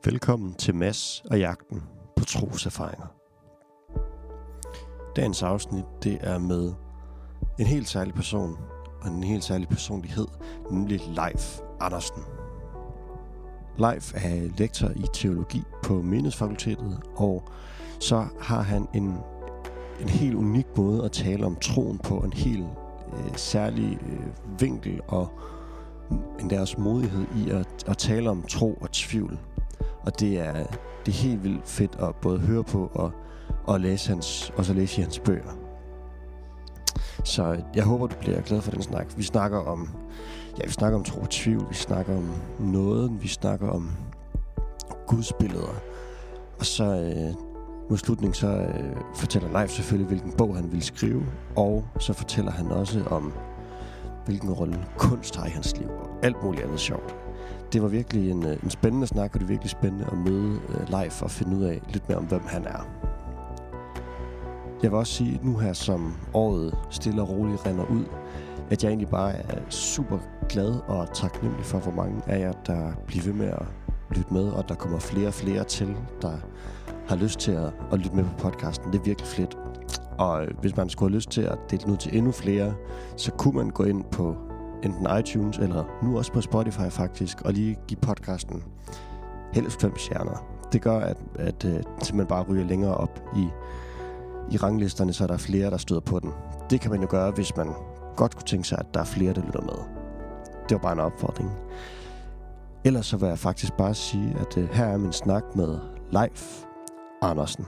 Velkommen til Mads og jagten på troserfaringer. Dagens afsnit, det er med en helt særlig person og en helt særlig personlighed, nemlig Leif Andersen. Leif er lektor i teologi på Menighedsfakultetet, og så har han en helt unik måde at tale om troen på, en helt særlig vinkel og endda også modighed i at tale om tro og tvivl. Og det er helt vildt fedt at både høre på og læse i hans bøger. Så jeg håber, du bliver glad for den snak. Vi snakker om tro og tvivl, vi snakker om nåden, vi snakker om gudsbilleder. Og så mod slutningen fortæller Leif selvfølgelig, hvilken bog han vil skrive, og så fortæller han også om, hvilken rolle kunst har i hans liv, og alt muligt andet sjovt. Det var virkelig en spændende snak, og det er virkelig spændende at møde Leif og finde ud af lidt mere om, hvem han er. Jeg vil også sige nu her, som året stille og roligt render ud, at jeg egentlig bare er super glad og taknemmelig for, hvor mange af jer, der bliver ved med at lytte med, og der kommer flere og flere til, der har lyst til at lytte med på podcasten. Det er virkelig fedt. Og hvis man skulle have lyst til at dele den ud til endnu flere, så kunne man gå ind på enten iTunes eller nu også på Spotify faktisk, og lige give podcasten helst 5 stjerner. Det gør, at simpelthen bare ryger længere op i ranglisterne, så er der flere, der støder på den. Det kan man jo gøre, hvis man godt kunne tænke sig, at der er flere, der lytter med. Det var bare en opfordring. Ellers så vil jeg faktisk bare sige, at her er min snak med Leif Andersen.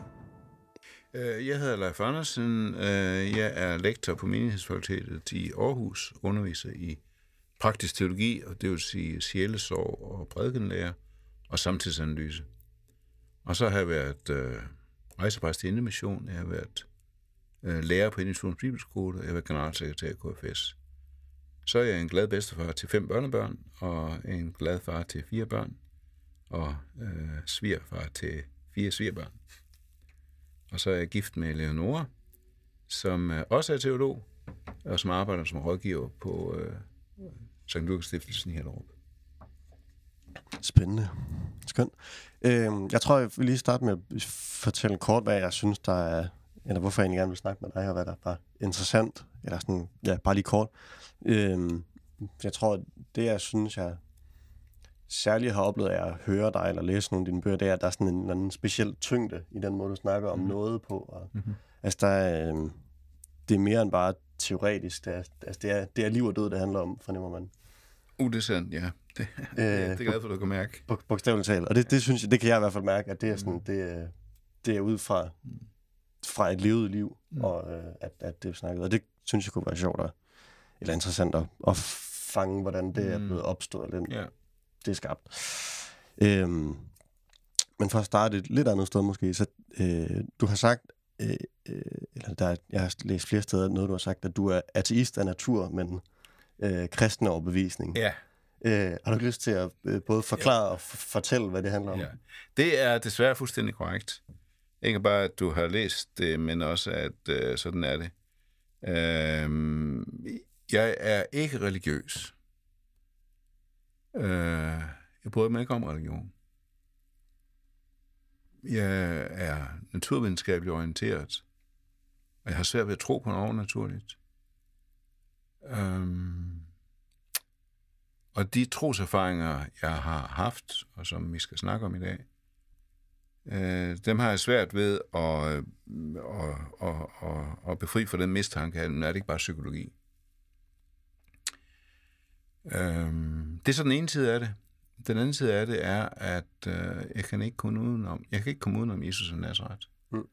Jeg hedder Leif Andersen. Jeg er lektor på Menighedsfakultetet i Aarhus, underviser i praktisk teologi, og det vil sige sjælesorg og prædikenlære og samtidsanalyse. Og så har jeg været rejsepræst i Indremission, jeg har været lærer på Indremissionens Bibelskole, og jeg har været generalsekretær i KFS. Så er jeg en glad bedstefar til 5 børnebørn, og en glad far til 4 børn, og svigerfar til 4 svigerbørn. Og så er jeg gift med Leonora, som også er teolog, og som arbejder som rådgiver på Sankt Lukas Stiftelsen i Hellerup. Spændende. Skønt. Jeg tror, jeg vil lige starte med at fortælle kort, hvad jeg synes, der er, eller hvorfor jeg egentlig gerne vil snakke med dig, og hvad der var interessant, eller sådan, ja, bare lige kort. Jeg tror, det jeg synes, jeg særligt har oplevet af at høre dig, eller læse nogle af dine bøger, det er, at der er sådan en eller anden speciel tyngde i den måde, du snakker om noget på. Og, altså, det er mere end bare teoretisk. Det er liv og død, det handler om, fornemmer man. Det er sandt, ja. Det er glad for, at du kan mærke. Bogstaveligt talt. Og det synes jeg, det kan jeg i hvert fald mærke, at det er sådan, det er ud fra et levet liv, og at det er snakket. Og det synes jeg kunne være sjovt eller interessant at fange, hvordan det er blevet opstået. Det er skabt. Men for at starte et lidt andet sted måske, så du har sagt, jeg har læst flere steder noget, du har sagt, at du er ateist af natur, men kristen overbevisning. Ja. Har du lyst til at både forklare og fortælle, hvad det handler om? Ja. Det er desværre fuldstændig korrekt. Ikke bare, at du har læst det, men også, at sådan er det. Jeg er ikke religiøs. Jeg bryder mig ikke om religion. Jeg er naturvidenskabeligt orienteret, og jeg har svært ved at tro på noget overnaturligt. Og de troserfaringer, jeg har haft, og som vi skal snakke om i dag, dem har jeg svært ved at befri for den mistanke, at det er ikke bare psykologi. Det er så den ene side af det. Den anden side af det er, at jeg kan ikke komme udenom Jesus af Nazaret.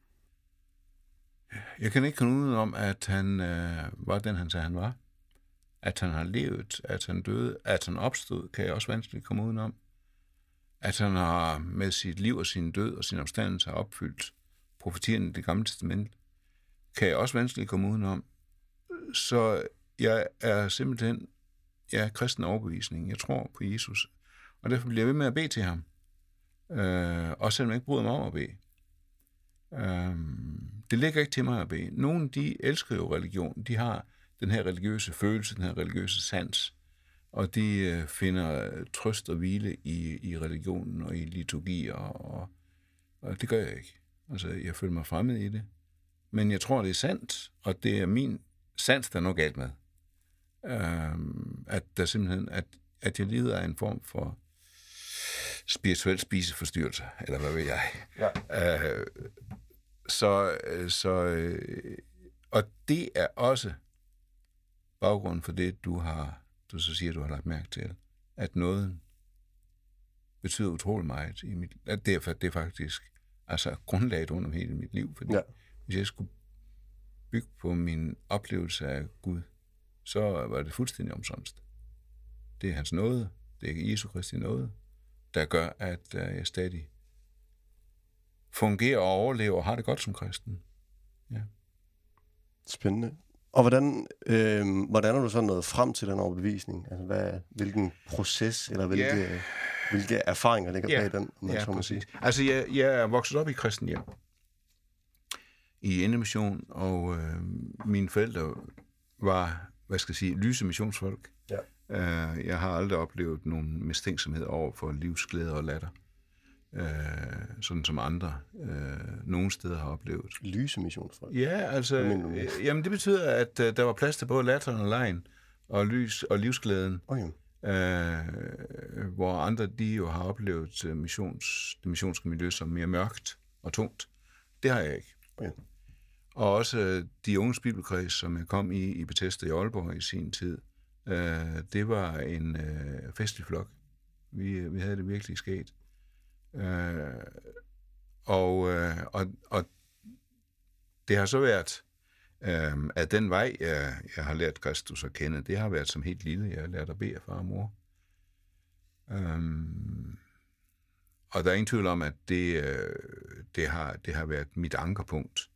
Jeg kan ikke komme udenom, at han var den, han sagde, han var. At han har levet, at han døde, at han opstod, kan jeg også vanskeligt komme udenom. At han har med sit liv og sin død og sin opstandelse har opfyldt profetierne i Det Gamle Testamente, kan jeg også vanskeligt komme udenom. Så jeg er simpelthen kristen overbevisning. Jeg tror på Jesus, og derfor bliver jeg ved med at bede til ham. Også selvom jeg ikke bryder mig om at bede. Det ligger ikke til mig at bede. Nogle, de elsker jo religion. De har den her religiøse følelse, den her religiøse sans. Og de finder trøst og hvile i religionen og i liturgier, og det gør jeg ikke. Altså, jeg føler mig fremmed i det. Men jeg tror, det er sandt, og det er min sans, der er noget galt med. At der simpelthen, at jeg lider af en form for spirituel spiseforstyrrelse, eller hvad ved jeg. Ja. Og det er også baggrunden for det, du så siger, du har lagt mærke til, at noget betyder utrolig meget i mit liv. Det er faktisk altså grundlaget under hele mit liv, fordi hvis jeg skulle bygge på min oplevelse af Gud, så var det fuldstændig omsonst. Det er hans nåde, det er Jesu Kristi nåde, der gør, at jeg stadig fungerer og overlever og har det godt som kristen. Ja. Spændende. Og hvordan er du så nået frem til den overbevisning? Altså, hvilken proces, eller hvilke erfaringer ligger bag den, om man så må sige? Altså, jeg er vokset op i kristen hjem, i Indremission, og mine forældre var, lyse missionsfolk. Ja. Jeg har aldrig oplevet nogen mistænksomhed over for livsglæde og latter, sådan som andre nogle steder har oplevet. Lyse missionsfolk? Ja, altså, jamen det betyder, at der var plads til både latteren og legen, og lys og livsglæden. Hvor andre, de jo har oplevet det missionske miljø som mere mørkt og tungt. Det har jeg ikke. Og også de unges bibelkreds, som jeg kom i Bethesda i Aalborg i sin tid, det var en festlig flok. Vi havde det virkelig sket. Og det har så været, at den vej, jeg har lært Kristus at kende, det har været som helt lille. Jeg har lært at bede af far og mor. Og der er ingen tvivl om, at det har været mit ankerpunkt.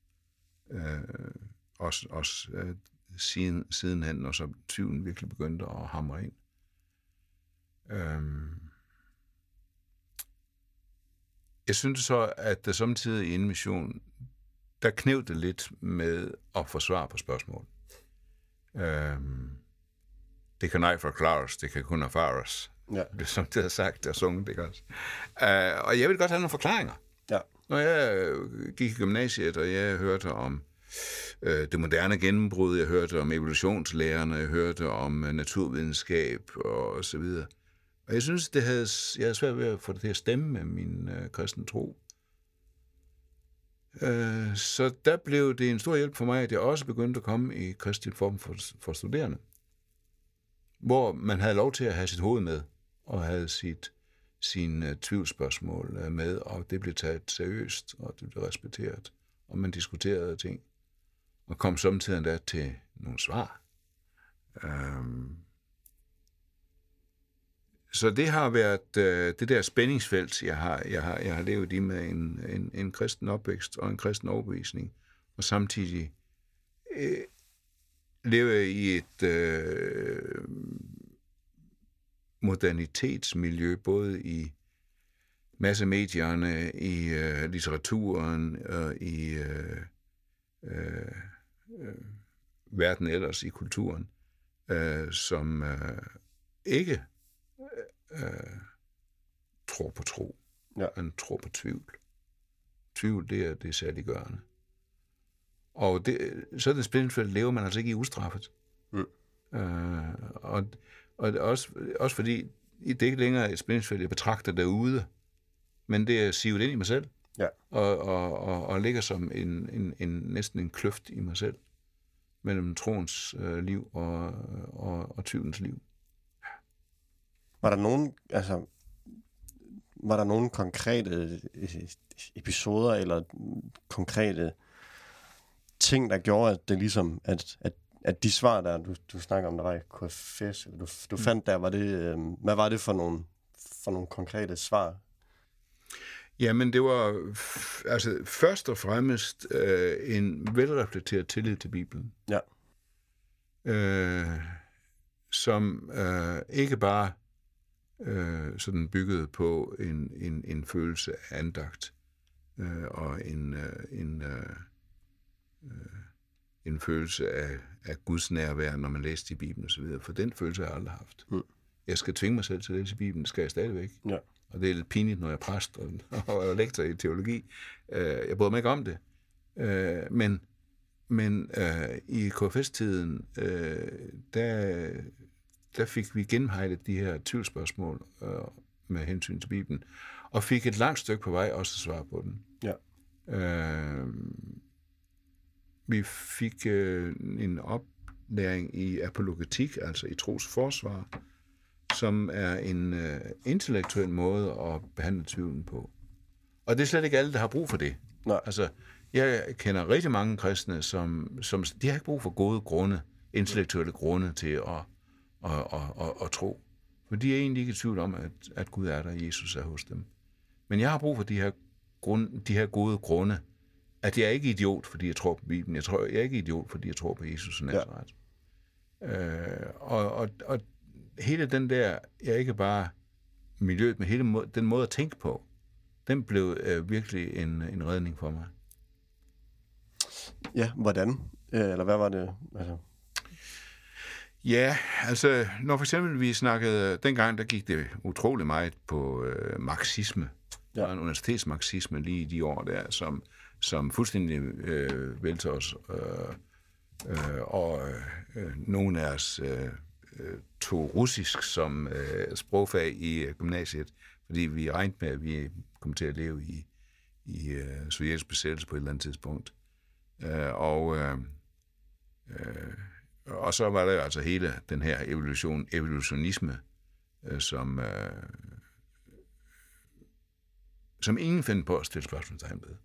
Også sidenhen, og så tvivlen virkelig begyndte at hamre ind. Jeg synes så, at der samtidig i Indremission, der kneb det lidt med at få svar på spørgsmål. Det kan ej forklares, det kan kun erfares. Ja. Det er som det har sagt og sunget, det også. Og jeg vil godt have nogle forklaringer. Ja. Når jeg gik i gymnasiet, og jeg hørte om det moderne gennembrud, jeg hørte om evolutionslærerne, jeg hørte om naturvidenskab og så videre. Og jeg synes, jeg havde svært ved at få det til at stemme med min kristne tro. Så der blev det en stor hjælp for mig, at jeg også begyndte at komme i kristelig form for studerende, hvor man havde lov til at have sit hoved med, og havde sine tvivlsspørgsmål med, og det blev taget seriøst, og det blev respekteret, og man diskuterede ting, og kom samtidig endda til nogle svar. Så det har været det der spændingsfelt, jeg har levet i med en kristen opvækst og en kristen overbevisning, og samtidig leve i et modernitetsmiljø, både i massemedierne, i litteraturen og i verden ellers, i kulturen, som ikke tror på tro, men tror på tvivl. Tvivl, det er særliggørende. Og så det spændingsfelt lever man altså ikke i ustraffet. Og også fordi det er ikke længere et spændingsfelt, jeg betragter derude, men det er sivet ind i mig selv, og ligger som næsten en kløft i mig selv, mellem troens liv og tvivlens liv. Var der nogen konkrete episoder eller konkrete ting, der gjorde, at det ligesom, at de svar, der du snakker om, der var i KFS, eller du fandt der, hvad var det for nogle konkrete svar? Jamen, det var altså først og fremmest en velreflekteret tillid til Bibelen. Ja. Som ikke bare sådan byggede på en følelse af andagt og en følelse af Guds nærvær, når man læste i Bibelen og så videre. For den følelse har jeg aldrig haft. jeg skal tvinge mig selv til at læse Bibelen, det skal jeg stadigvæk. Ja. Og det er lidt pinligt, når jeg er præst og er lektor i teologi. Jeg bryder mig ikke om det. Men i KFS-tiden, der fik vi gennemhejlet de her tvivlsspørgsmål med hensyn til Bibelen, og fik et langt stykke på vej også at svare på den. Ja. Vi fik en oplæring i apologetik, altså i trosforsvar, som er en intellektuel måde at behandle tvivlen på. Og det er slet ikke alle, der har brug for det. Nej. Altså, jeg kender rigtig mange kristne, som de har ikke brug for gode grunde, intellektuelle grunde til at tro. For de er egentlig ikke i tvivl om, at Gud er der, Jesus er hos dem. Men jeg har brug for de her gode grunde, at jeg er ikke idiot, fordi jeg tror på Bibelen. Jeg er ikke idiot, fordi jeg tror på Jesus og Nazaret. Ja. Og hele den der, jeg ikke bare miljøet, men hele den måde at tænke på, den blev virkelig en redning for mig. Ja, hvordan? Eller hvad var det? Altså... Ja, altså, når for eksempel vi snakkede, dengang der gik det utrolig meget på marxisme. Der var en universitetsmarxisme lige i de år der, som fuldstændig vælte os. Nogle af os tog russisk som sprogfag i gymnasiet, fordi vi regnede med, at vi kom til at leve i sovjetisk besættelse på et eller andet tidspunkt. Og så var der altså hele den her evolutionisme, som ingen fandt på at stille spørgsmålstegn ved.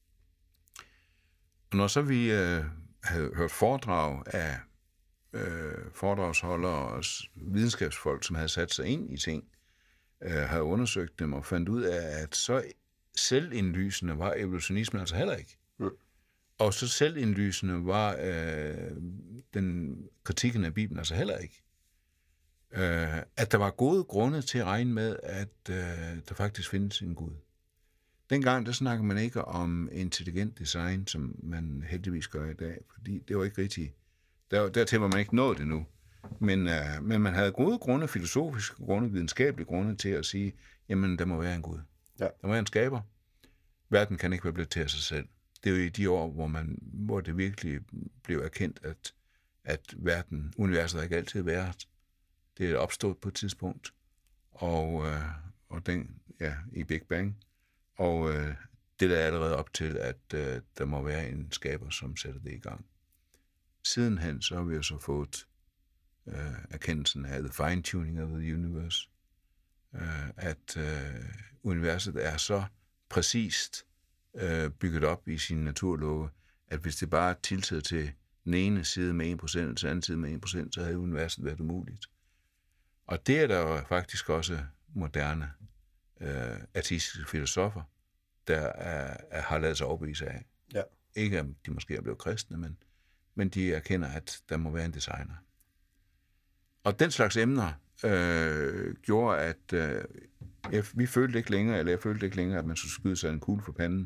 Og når så vi havde hørt foredrag af foredragsholdere og videnskabsfolk, som havde sat sig ind i ting, havde undersøgt dem og fandt ud af, at så selvindlysende var evolutionismen altså heller ikke. Og så selvindlysende var den kritikken af Bibelen altså heller ikke. At der var gode grunde til at regne med, at der faktisk findes en Gud. Dengang, der snakker man ikke om intelligent design, som man heldigvis gør i dag, fordi det var ikke rigtigt. Dertil var man ikke nået det nu. Men man havde gode grunde, filosofiske grunde, videnskabelige grunde til at sige, jamen, der må være en Gud. Ja. Der må være en skaber. Verden kan ikke være blevet til af sig selv. Det er jo i de år, hvor det virkelig blev erkendt, at universet har ikke altid været. Det er opstået på et tidspunkt, og den, i Big Bang. Og det der er allerede op til, at der må være en skaber, som sætter det i gang. Sidenhen så har vi jo så fået erkendelsen af the fine-tuning of the universe, at universet er så præcist bygget op i sine naturlove, at hvis det bare tiltager til den ene side med 1%, og til anden side med 1%, så havde universet været umuligt. Og det er der jo faktisk også moderne ateistiske filosofer, der har ladet sig overbevise af. Ja. Ikke at de måske er blevet kristne, men de erkender, at der må være en designer. Og den slags emner gjorde, at jeg følte ikke længere, at man skulle skyde sig en kugle for panden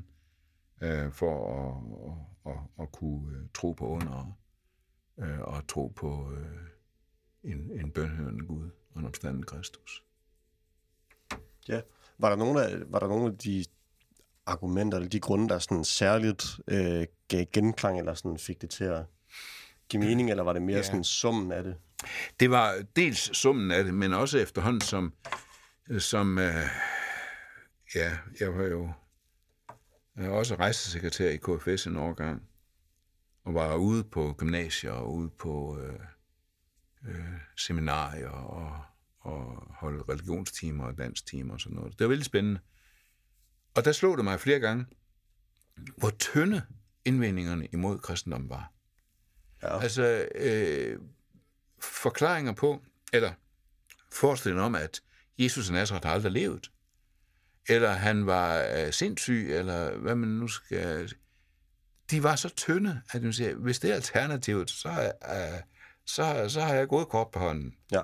for at kunne tro på under og tro på en bønhørende Gud og en opstanden Kristus. Ja. Var der nogle af de argumenter eller de grunde, der sådan særligt gav genklang eller sådan fik det til at give mening, eller var det mere sådan summen af det? Det var dels summen af det, men også efterhånden som jeg var jo også rejsesekretær i KFS en årgang, og var ude på gymnasier og ude på seminarier og holde religionstimer og danstimer og sådan noget. Det var veldig spændende. Og der slog det mig flere gange, hvor tynde indvendingerne imod kristendommen var. Ja. Altså, forklaringer på, eller forestillingen om, at Jesus af Nazaret har aldrig levet, eller han var sindssyg, eller hvad man nu skal... De var så tynde, at man siger, hvis det er alternativet, så har jeg gået kort på hånden. Ja.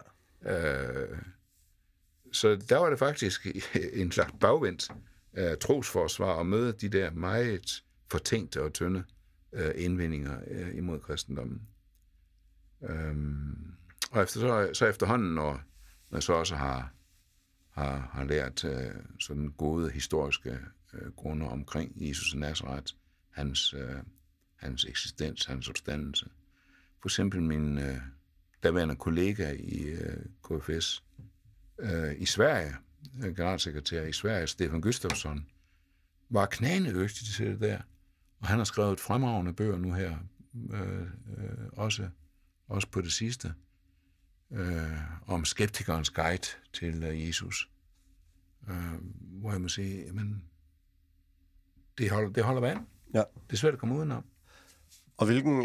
Så der var det faktisk en slags bagvendt trosforsvar at møde de der meget fortænkte og tynde indvendinger imod kristendommen. Og så efterhånden, jeg så også har lært sådan gode historiske grunde omkring Jesus af Nazaret, hans eksistens, hans opstandelse. For eksempel min daværende kollega i KFS i Sverige, generalsekretær i Sverige, Stefan Gustafsson, var knagende dygtig til det der. Og han har skrevet fremragende bøger nu her, også på det sidste, om skeptikernes guide til Jesus. Hvor jeg må sige, men det holder vand. Ja. Det er svært at komme udenom. Og hvilken...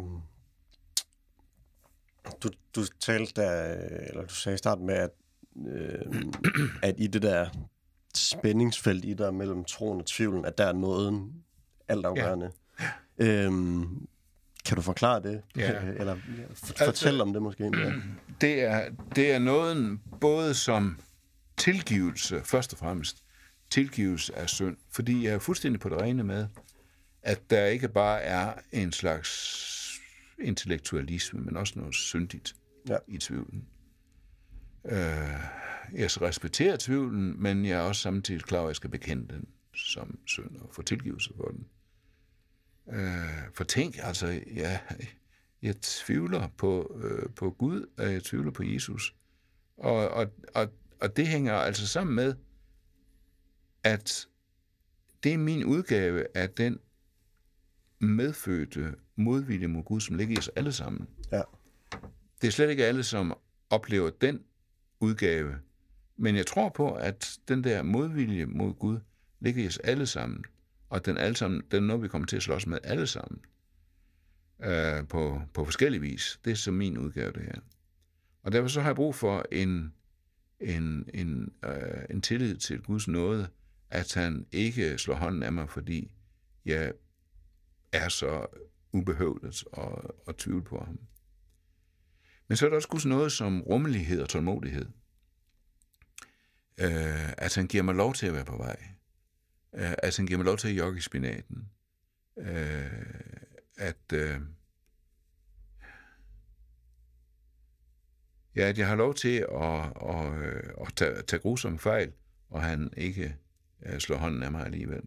Du talte der, eller du sagde i starten med, at i det der spændingsfelt i der mellem troen og tvivlen, at der er noget altafgørende. Ja. Kan du forklare det? Ja. Eller fortælle om det måske? Ja. Det er noget både som tilgivelse, først og fremmest tilgivelse af synd, fordi jeg er fuldstændig på det rene med, at der ikke bare er en slags intellektualisme, men også noget syndigt i tvivlen. Jeg skal respektere tvivlen, men jeg er også samtidig klar, at jeg skal bekende den som synd og få tilgivelse for den. For tænk, altså, jeg tvivler på Gud, og jeg tvivler på Jesus. Og det hænger altså sammen med, at det er min udgave af den medfødte modvilje mod Gud, som ligger i os alle sammen. Ja. Det er slet ikke alle, som oplever den udgave, men jeg tror på, at den der modvilje mod Gud ligger i os alle sammen, og den er noget, vi kommer til at slås med alle sammen, på forskellig vis. Det er så min udgave, det her. Og derfor så har jeg brug for en tillid til Guds nåde, at han ikke slår hånden af mig, fordi jeg er så ubehøvlet og tvivl på ham. Men så er der også Guds nåde som rummelighed og tålmodighed. At han giver mig lov til at være på vej. At han giver mig lov til at jogge i spinaten. At jeg har lov til at tage grusomme fejl, og han ikke slår hånden af mig alligevel.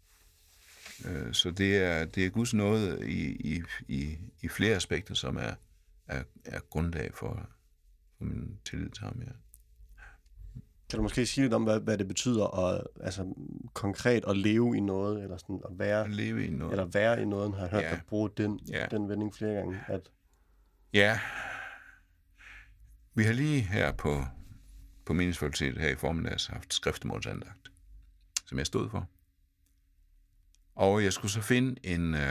Så det er Guds nåde i flere aspekter, som er grundlag for min tillid til ham, ja. Kan du måske sige lidt om, hvad det betyder altså konkret at leve i noget, eller sådan at leve i noget. Eller være i noget, har jeg hørt dig bruge den vending flere gange. Ja. Vi har lige her på menighedsfakultetet her i formiddags haft skriftemålsandagt, som jeg stod for. Og jeg skulle så finde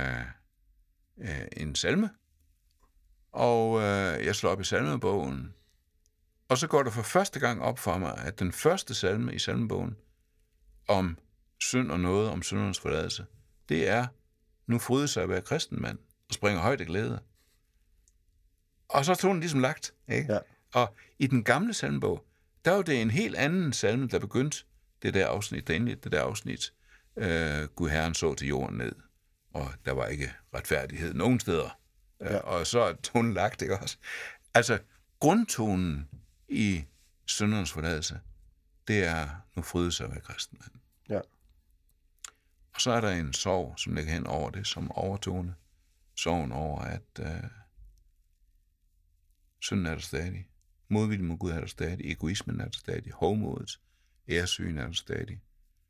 en salme, og jeg slår op i salmebogen, og så går det for første gang op for mig, at den første salme i salmebogen om synd og noget, om syndernes forladelse, det er, nu fryde sig at være kristen mand, og springer højt af glæde. Og så tog den ligesom lagt, ikke? Ja. Og i den gamle salmebog, der var det en helt anden salme, der begyndte det der afsnit, Gud Herren så til jorden ned, og der var ikke retfærdighed nogen steder. Ja. Og så er tonen lagt, ikke også? Altså, grundtonen i syndernes forladelse, det er, nu fryde sig at være kristen mand. Ja. Og så er der en sorg, som ligger hen over det, som overtone. Sorgen over, at synden er der stadig. Modviljen mod Gud er der stadig. Egoismen er der stadig. Hovmodet, æresyn er der stadig.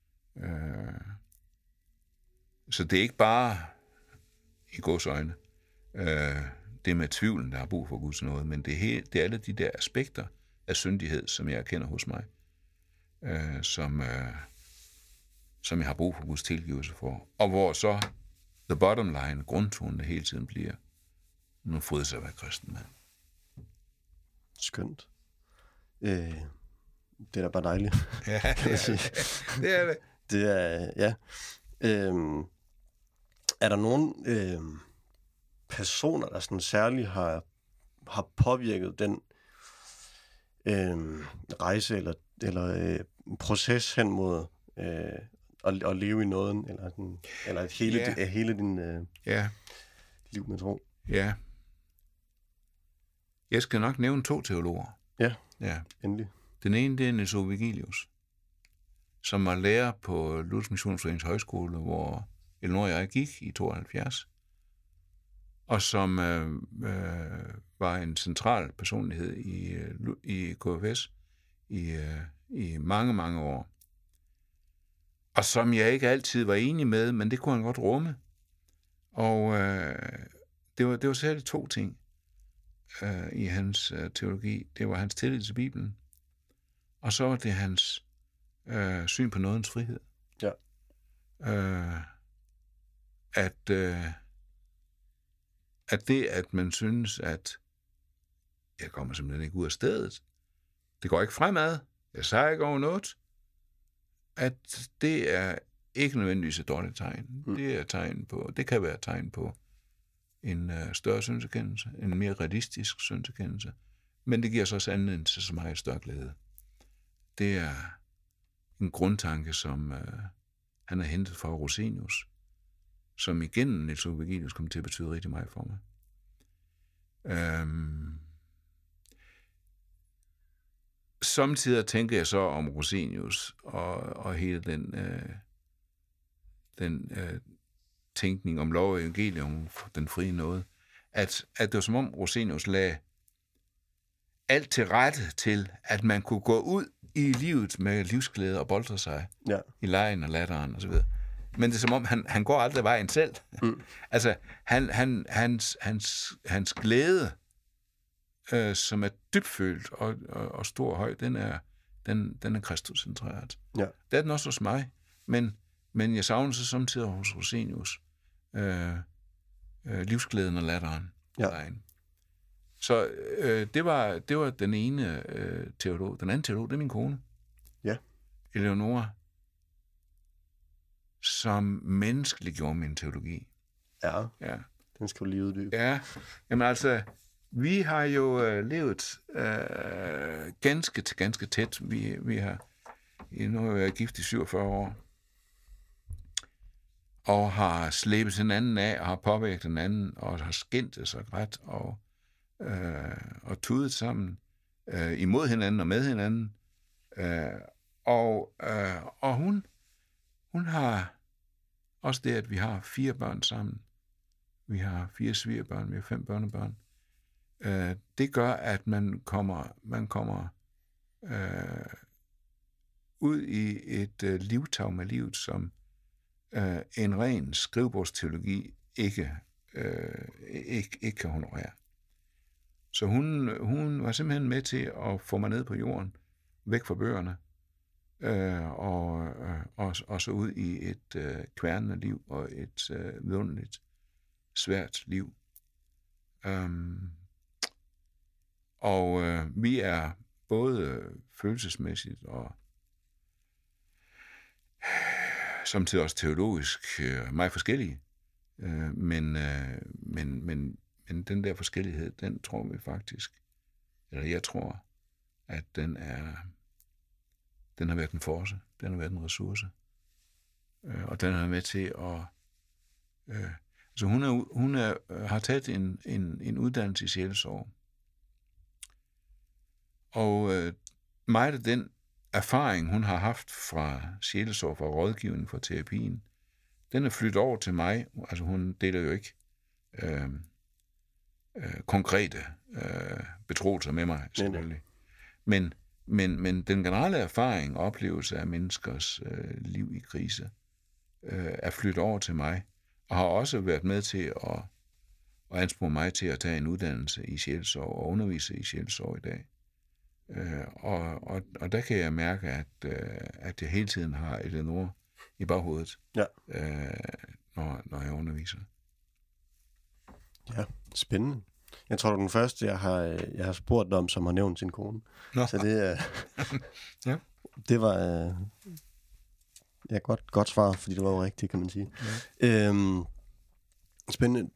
Så det er ikke bare i Guds øjne det med tvivlen, der har brug for Guds nåde, men det er alle de der aspekter af syndighed, som jeg erkender hos mig, som jeg har brug for Guds tilgivelse for. Og hvor så the bottom line, grundtonen hele tiden bliver, nu fryde sig at være kristen mand. Skønt. Det er da bare dejligt. Ja, det er det. Det er, ja. Er der nogen personer, der sådan særligt har påvirket den rejse eller proces hen mod at leve i nåden, eller hele din liv med tro? Ja. Jeg skal nok nævne 2 teologer. Ja. Ja. Endelig. Den ene, det er Niels Ove Vigilius, som var lærer på Luthersk Missionsforenings Højskole, hvor Eleanor og jeg gik i 72, og som var en central personlighed i KFS i mange, mange år. Og som jeg ikke altid var enig med, men det kunne han godt rumme. Og det var særligt 2 ting i hans teologi. Det var hans tillid til Bibelen, og så var det hans syn på nådens frihed. Ja. At det, at man synes, at jeg kommer simpelthen ikke ud af stedet, det går ikke fremad, jeg sejrer ikke over noget, at det er ikke nødvendigvis et dårligt tegn. Det kan være et tegn på en større synserkendelse, en mere realistisk synserkendelse, men det giver så også anledning til så meget større glæde. Det er en grundtanke, som han har hentet fra Rosenius, som igen Niels Ove Vigilius kommer til at betyde rigtig meget for mig. Samtidig tænker jeg så om Rosenius og hele den tænkning om lov og evangelium, den frie nåde, at det var som om Rosenius lagde alt til rette til, at man kunne gå ud i livet med livsglæde og boltre sig i lejen og latteren og så videre. Men det er som om, han går aldrig vejen selv. Altså, hans glæde, som er dybfølt og stor og høj, den er Kristus-centreret. Ja. Det er den også hos mig, men jeg savner så samtidig hos Rosenius livsglæden og latteren. Ja. Så det var den ene teolog. Den anden teolog, det er min kone. Ja. Eleonora, som menneskeliggjorde min teologi. Ja. Den skal du lige uddybe. Ja, jamen altså, vi har jo levet ganske tæt. Vi har nu været gift i 47 år, og har slæbet hinanden af, og har påvirket hinanden, og har skændtes og grædt, og tudet sammen imod hinanden og med hinanden. Og hun har også det, at vi har 4 børn sammen. Vi har 4 svigerbørn, vi har 5 børnebørn. Det gør, at man kommer ud i et livtag med livet, som en ren skrivebordsteologi ikke kan honorere. Så hun var simpelthen med til at få mig ned på jorden, væk fra bøgerne, og så ud i et kværnende liv og et vidunderligt, svært liv. Vi er både følelsesmæssigt og samtidig også teologisk meget forskellige, men den der forskellighed, den tror vi faktisk, eller jeg tror, at den har været en force, den har været en ressource, og den har været med til at altså hun har taget en uddannelse i sjælesorg, og meget af den erfaring, hun har haft fra sjælesorg, fra rådgivning, fra terapien, den er flyttet over til mig. Altså hun deler jo ikke konkrete betroelser med mig, selvfølgelig. Men den generelle erfaring og oplevelse af menneskers liv i krise er flyttet over til mig, og har også været med til at anspore mig til at tage en uddannelse i sjælesorg og undervise i sjælesorg i dag. Og der kan jeg mærke, at jeg hele tiden har Eleonora i baghovedet, når jeg underviser. Ja, spændende. Jeg tror, du er den første, jeg har spurgt om, som har nævnt sin kone. Nå. Så det, det var godt svar, fordi det var jo rigtigt, kan man sige. Ja. Spændende.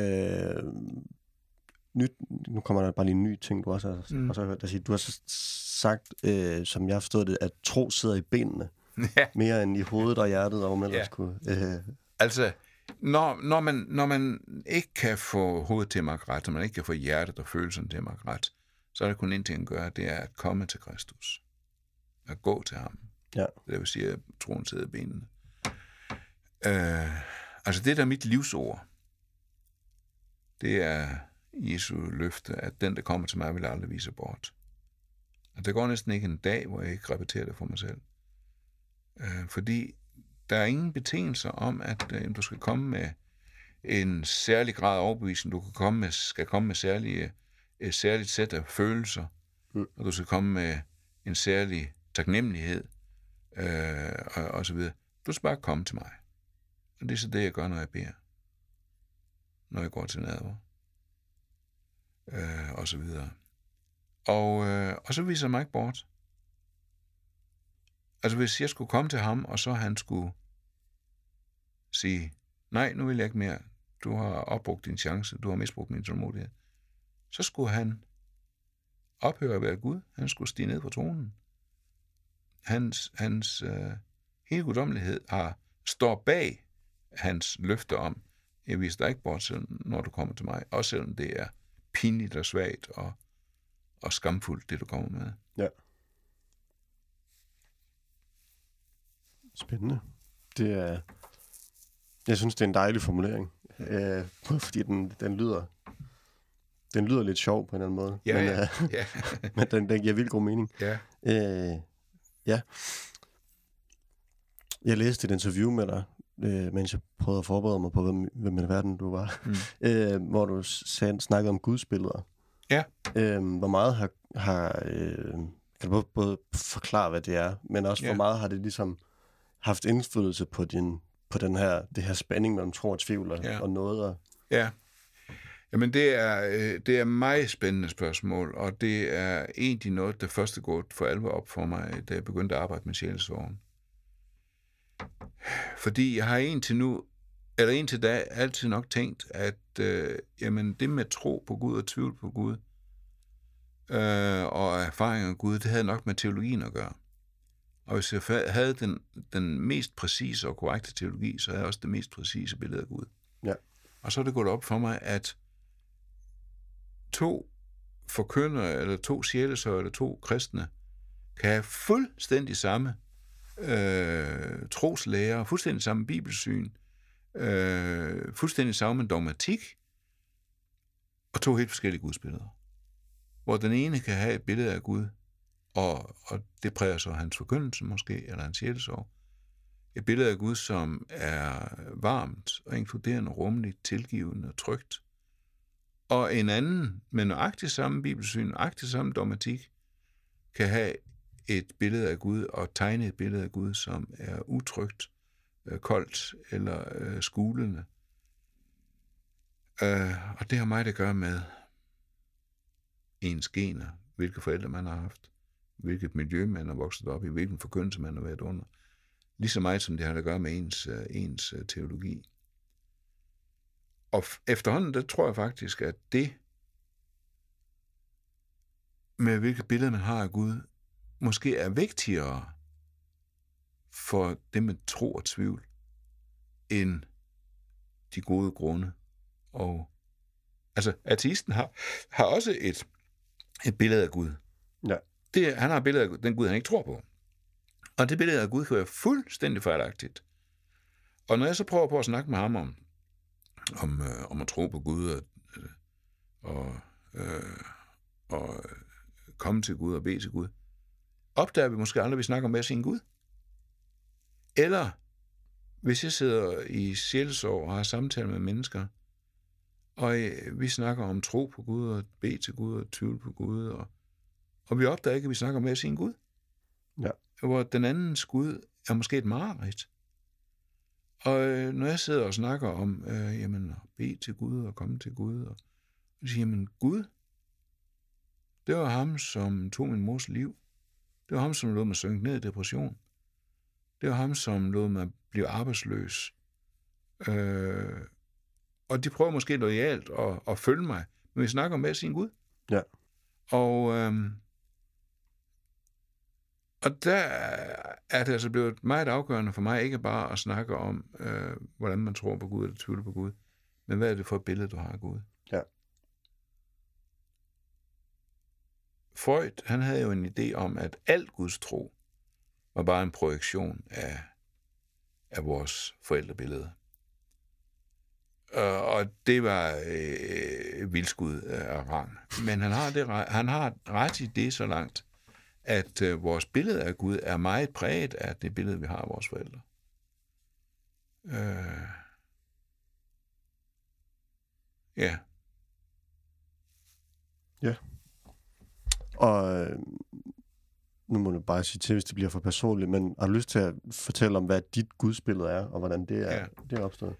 Nu kommer der bare lige en ny ting, du også har hørt dig sige. Du har så sagt, som jeg har forstået det, at tro sidder i benene, mere end i hovedet og hjertet, og hvor man ellers kunne... Altså, når man ikke kan få hovedet til at makke ret, og man ikke kan få hjertet og følelserne til at makke ret, så er der kun en ting at gøre, det er at komme til Kristus. At gå til ham. Ja. Det vil sige, at troen sidder i benene. Altså det, der er mit livsord, det er Jesu løfte, at den, der kommer til mig, vil aldrig vise bort. Og der går næsten ikke en dag, hvor jeg ikke repeterer det for mig selv. Fordi der er ingen betingelser om, at du skal komme med en særlig grad af overbevisning. Du skal komme med et særligt sæt af følelser, og du skal komme med en særlig taknemmelighed, og så videre. Du skal bare komme til mig. Og det er så det, jeg gør, når jeg beder. Når jeg går til nadver. Og så videre. Og så viser jeg mig ikke bort. Altså hvis jeg skulle komme til ham, og så han skulle sige, nej, nu vil jeg ikke mere. Du har opbrugt din chance, du har misbrugt min tålmodighed. Så skulle han ophøre at være Gud. Han skulle stige ned på tronen. Hans hele guddommelighed står bag hans løfte om, jeg viser dig ikke bort, når du kommer til mig. Også selvom det er pinligt og svagt og skamfuldt, det du kommer med. Ja. Spændende. Jeg synes, det er en dejlig formulering. Fordi den lyder lidt sjov på en eller anden måde. Ja. Men den giver vildt god mening. Ja. Ja. Jeg læste et interview med dig, mens jeg prøvede at forberede mig på, hvem i verden du var. Hvor du snakkede om gudsbilleder. Ja. Hvor meget kan du både forklare, hvad det er, men også hvor meget har det ligesom haft indflydelse på det her spænding mellem tro og tvivl og noget? Ja. Jamen, det er meget spændende spørgsmål, og det er egentlig noget, der først er gået for alvor op for mig, da jeg begyndte at arbejde med sjælessorgen. Fordi jeg har indtil da altid nok tænkt, at jamen, det med tro på Gud og tvivl på Gud og erfaring af Gud, det havde nok med teologien at gøre. Og hvis jeg havde den mest præcise og korrekte teologi, så havde jeg også det mest præcise billede af Gud. Ja. Og så er det gået op for mig, at to forkyndere, eller to sjælesørgere, eller to kristne, kan have fuldstændig samme troslærer, fuldstændig samme bibelsyn, fuldstændig samme dogmatik, og to helt forskellige gudsbilleder. Hvor den ene kan have et billede af Gud, og det præger så hans forkyndelse måske, eller hans sjælesorg. Et billede af Gud, som er varmt og inkluderende, rummeligt, tilgivende og trygt. Og en anden, med nøjagtigt samme bibelsyn, nøjagtigt samme dogmatik, kan have et billede af Gud og tegne et billede af Gud, som er utrygt, koldt eller skulende. Og det har meget at gøre med ens gener, hvilke forældre man har haft, hvilket miljø man har vokset op i, hvilken forkyndelse man har været under. Lige så meget som det har at gøre med ens teologi. Og efterhånden, der tror jeg faktisk, at det med hvilket billede man har af Gud, måske er vigtigere for det med tro og tvivl, end de gode grunde. Og altså, ateisten har også et billede af Gud. Ja. Han har et billede af den Gud, han ikke tror på. Og det billede af Gud kan være fuldstændig fejlagtigt. Og når jeg så prøver på at snakke med ham om at tro på Gud og komme til Gud og bede til Gud, opdager vi måske aldrig, at vi snakker om hver sin Gud. Eller hvis jeg sidder i sjælsorg og har samtaler med mennesker, og vi snakker om tro på Gud og bede til Gud og tvivl på Gud, og vi opdager ikke, at vi snakker om hver sin Gud. Ja. Hvor den andens Gud er måske et mareridt. Og når jeg sidder og snakker om, jamen, bede til Gud og komme til Gud, og siger, jamen, Gud, det var ham, som tog min mors liv. Det var ham, som lod mig synke ned i depression. Det var ham, som lod mig blive arbejdsløs. Og de prøver måske loyalt at følge mig, men vi snakker om hver sin Gud. Ja. Og der er det altså blevet meget afgørende for mig, ikke bare at snakke om, hvordan man tror på Gud eller tvivler på Gud, men hvad er det for et billede, du har af Gud? Ja. Freud, han havde jo en idé om, at alt Guds tro var bare en projektion af vores forældrebillede. Og det var vildskud af rang. Men han har ret i det så langt, at vores billede af Gud er meget præget af det billede, vi har af vores forældre. Ja. Ja. Og nu må du bare sige til, hvis det bliver for personligt, men har du lyst til at fortælle om, hvad dit gudsbillede er, og hvordan det er, det er opstået?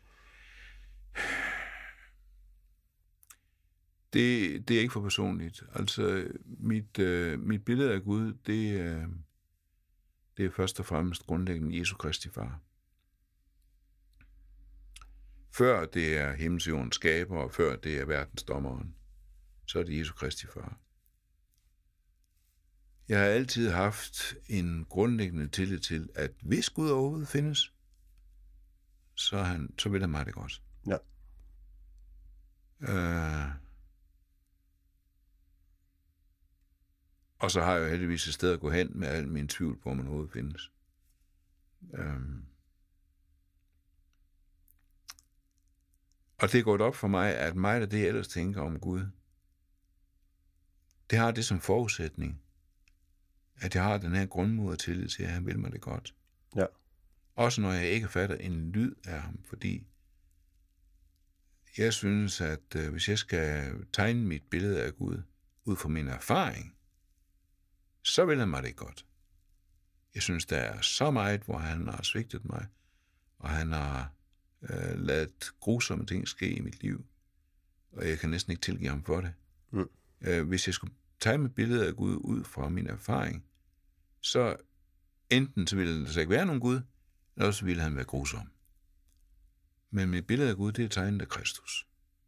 Det er ikke for personligt. Altså, mit billede af Gud, det er først og fremmest grundlæggende Jesu Kristi far. Før det er himmels og jordens skaber, og før det er verdens dommeren, så er det Jesu Kristi far. Jeg har altid haft en grundlæggende tillid til, at hvis Gud overhovedet findes, så vil han mig det godt. Ja. Og så har jeg jo heldigvis et sted at gå hen med al min tvivl på, om man overhovedet findes. Og det er gået op for mig, at meget af det, jeg ellers tænker om Gud, det har det som forudsætning, at jeg har den her grundmod tillid til, at han vil mig det godt. Ja. Også når jeg ikke fatter en lyd af ham, fordi jeg synes, at hvis jeg skal tegne mit billede af Gud ud fra min erfaring, så vil han mig det godt. Jeg synes, der er så meget, hvor han har svigtet mig, og han har ladet grusomme ting ske i mit liv, og jeg kan næsten ikke tilgive ham for det. Hvis jeg skulle tegne mit billede af Gud ud fra min erfaring, så enten så ville der så ikke være nogen Gud, eller også ville han være grusom. Men mit billede af Gud, det er tegnet af Kristus.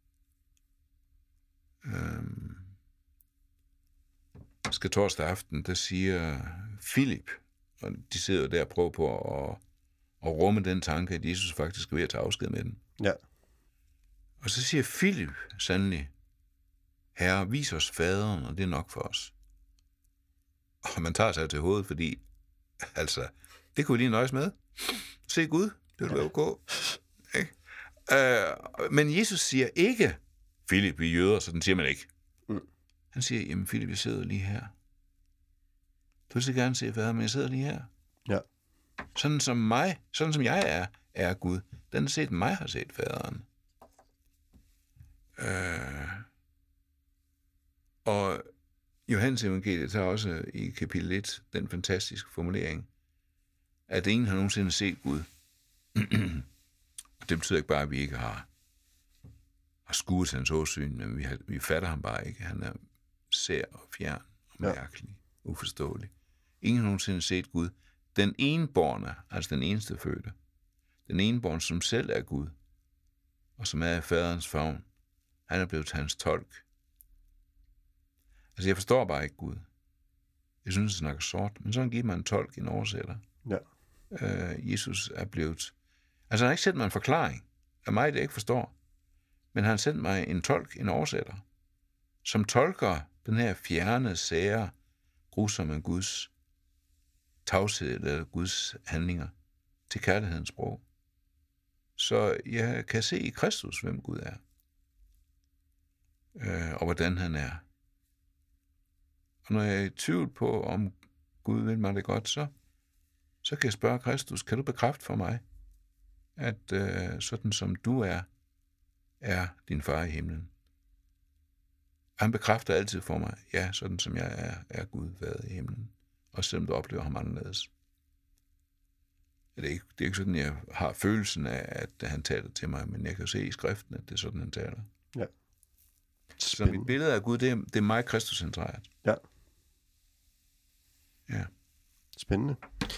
Skal torsdag aften, der siger Philip, og de sidder der og prøver på at rumme den tanke, at Jesus faktisk er ved at tage afsked med den. Ja. Og så siger Philip sandelig, Herre, vis os faderen, og det er nok for os. Og man tager sig til hovedet, fordi, altså, det kunne vi lige nøjes med. Se Gud, det vil være okay. Ikke? Men Jesus siger ikke, Philip, vi jøder, så den siger man ikke. Han siger, jamen Philip, jeg sidder lige her. Du vil så gerne se faderen, men jeg sidder lige her. Ja. Sådan som jeg er Gud. Den har set mig, har set faderen. Og Johannes evangeliet tager også i kapitel 1 den fantastiske formulering, at ingen har nogensinde set Gud. Og det betyder ikke bare, at vi ikke har skuet hans åsyn, men vi fatter ham bare ikke. Han er sær og fjern og mærkelig, uforståelig. Ingen har nogensinde set Gud. Den enebårne, altså den eneste fødte, den enebårne, som selv er Gud, og som er i faderens favn, han er blevet hans tolk. Altså, jeg forstår bare ikke Gud. Jeg synes, han snakker sort, men sådan giver man en tolk, en oversætter. Ja. Jesus er blevet... Altså, han har ikke sendt mig en forklaring af mig, det jeg ikke forstår, men han har sendt mig en tolk, en oversætter, som tolker den her fjerne, sære, grusomme Guds tavshed eller Guds handlinger til kærlighedens sprog. Så jeg kan se i Kristus, hvem Gud er, og hvordan han er. Og når jeg er i tvivl på, om Gud vil mig det godt, så kan jeg spørge Kristus, kan du bekræfte for mig, at sådan som du er din far i himlen? Han bekræfter altid for mig, ja, sådan som jeg er Gud fader i himlen. Også selvom du oplever ham anderledes. Det er ikke sådan, jeg har følelsen af, at han taler til mig, men jeg kan se i skriften, at det er sådan, han taler. Ja. Så mit billede af Gud, det er mig Kristus-centreret. Ja. Ja. Spændende.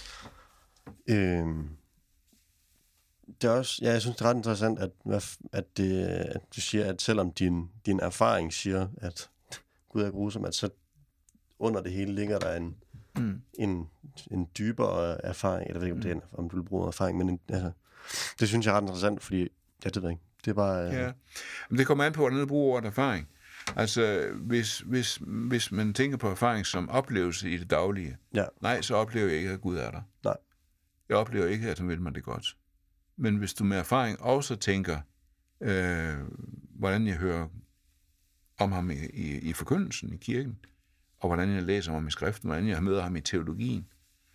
Det er også, ja, jeg synes, det er ret interessant, at du siger, at selvom din erfaring siger, at Gud er grusom, at så under det hele ligger der en dybere erfaring, eller jeg ved ikke, om du vil bruge erfaring, men det synes jeg er ret interessant, fordi, det ved jeg ikke, det er bare... Ja, men det kommer an på, hvordan du bruger ordet erfaring. Altså, hvis man tænker på erfaring som oplevelse i det daglige, nej, så oplever jeg ikke, at Gud er der. Nej. Jeg oplever ikke, at han vil mig det godt. Men hvis du med erfaring også tænker, hvordan jeg hører om ham i forkyndelsen i kirken, og hvordan jeg læser om ham i skriften, hvordan jeg møder ham i teologien,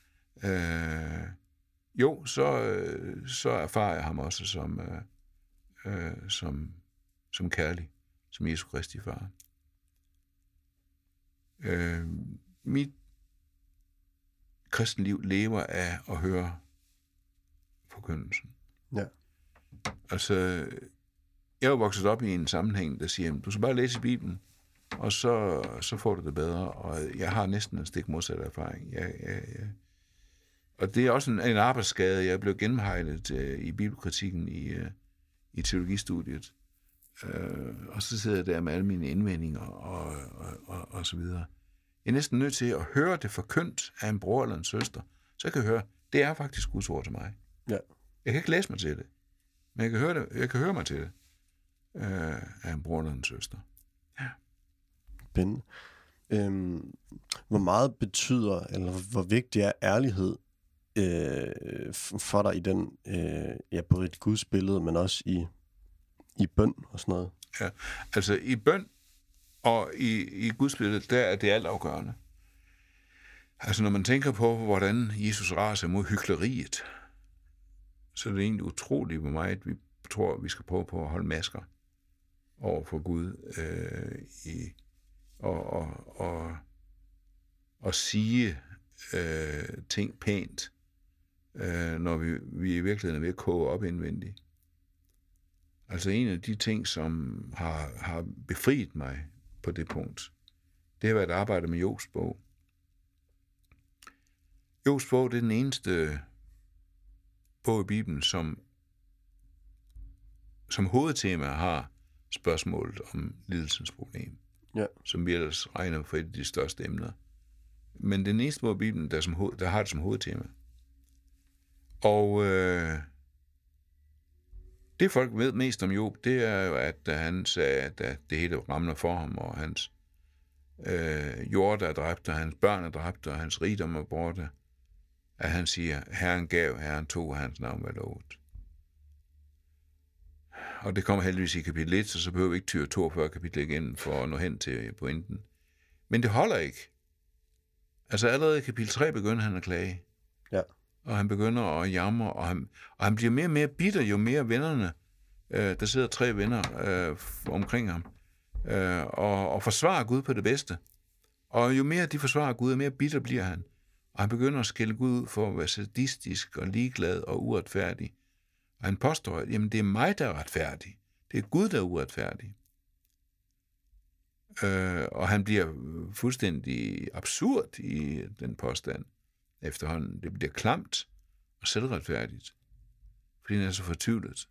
så erfarer jeg ham også som kærlig, som Jesu Kristi far. Mit kristenliv lever af at høre forkyndelsen. Ja. Altså, jeg er jo vokset op i en sammenhæng, der siger, du skal bare læse Bibelen, og så får du det bedre, og jeg har næsten en stik modsatte erfaring. Og det er også en arbejdsskade. Jeg blev gennemhejlet i bibelkritikken i teologistudiet, og så sidder jeg der med alle mine indvendinger og så videre. Jeg er næsten nødt til at høre det forkyndt af en bror eller en søster, så jeg kan høre, det er faktisk Guds ord til mig. Ja. Jeg kan ikke læse mig til det, men jeg kan høre mig til det af en bror eller en søster. Ja. Spændende. Hvor meget betyder, eller hvor vigtig er ærlighed for dig i den, både i Guds billede, men også i bøn og sådan noget? Ja, altså i bøn og i Guds billede, der er det altafgørende. Altså når man tænker på, hvordan Jesus raser mod hykleriet, så er det egentlig utroligt, hvor meget vi tror, vi skal prøve på at holde masker over for Gud og sige ting pænt, når vi i virkeligheden er ved at koge op indvendigt. Altså en af de ting, som har befriet mig på det punkt, det har været at arbejde med Jobs bog. Jobs bog, det er den eneste bog i Bibelen, som hovedtema har spørgsmålet om lidelsens problem, som vi ellers regner for et af de største emner. Men den eneste bog i Bibelen, der har det som hovedtema. Og det folk ved mest om Job, det er jo, at han sagde, at det hele ramler for ham, og hans jord er dræbt, og hans børn er dræbt, og hans rigdom er borte, at han siger, Herren gav, Herren tog, og hans navn var lovet. Og det kommer heldigvis i kapitel 1, så behøver vi ikke tyre 42 kapitel igen for at nå hen til pointen. Men det holder ikke. Altså allerede i kapitel 3 begynder han at klage. Ja. Og han begynder at jamre, og han bliver mere og mere bitter, jo mere vennerne, der sidder 3 venner omkring ham, og forsvarer Gud på det bedste. Og jo mere de forsvarer Gud, jo mere bitter bliver han. Og han begynder at skælde Gud ud for at være sadistisk og ligeglad og uretfærdig. Og han påstår, at jamen, det er mig, der er retfærdig. Det er Gud, der er uretfærdig. Og han bliver fuldstændig absurd i den påstand efterhånden. Det bliver klamt og selvretfærdigt, fordi han er så fortvivlet.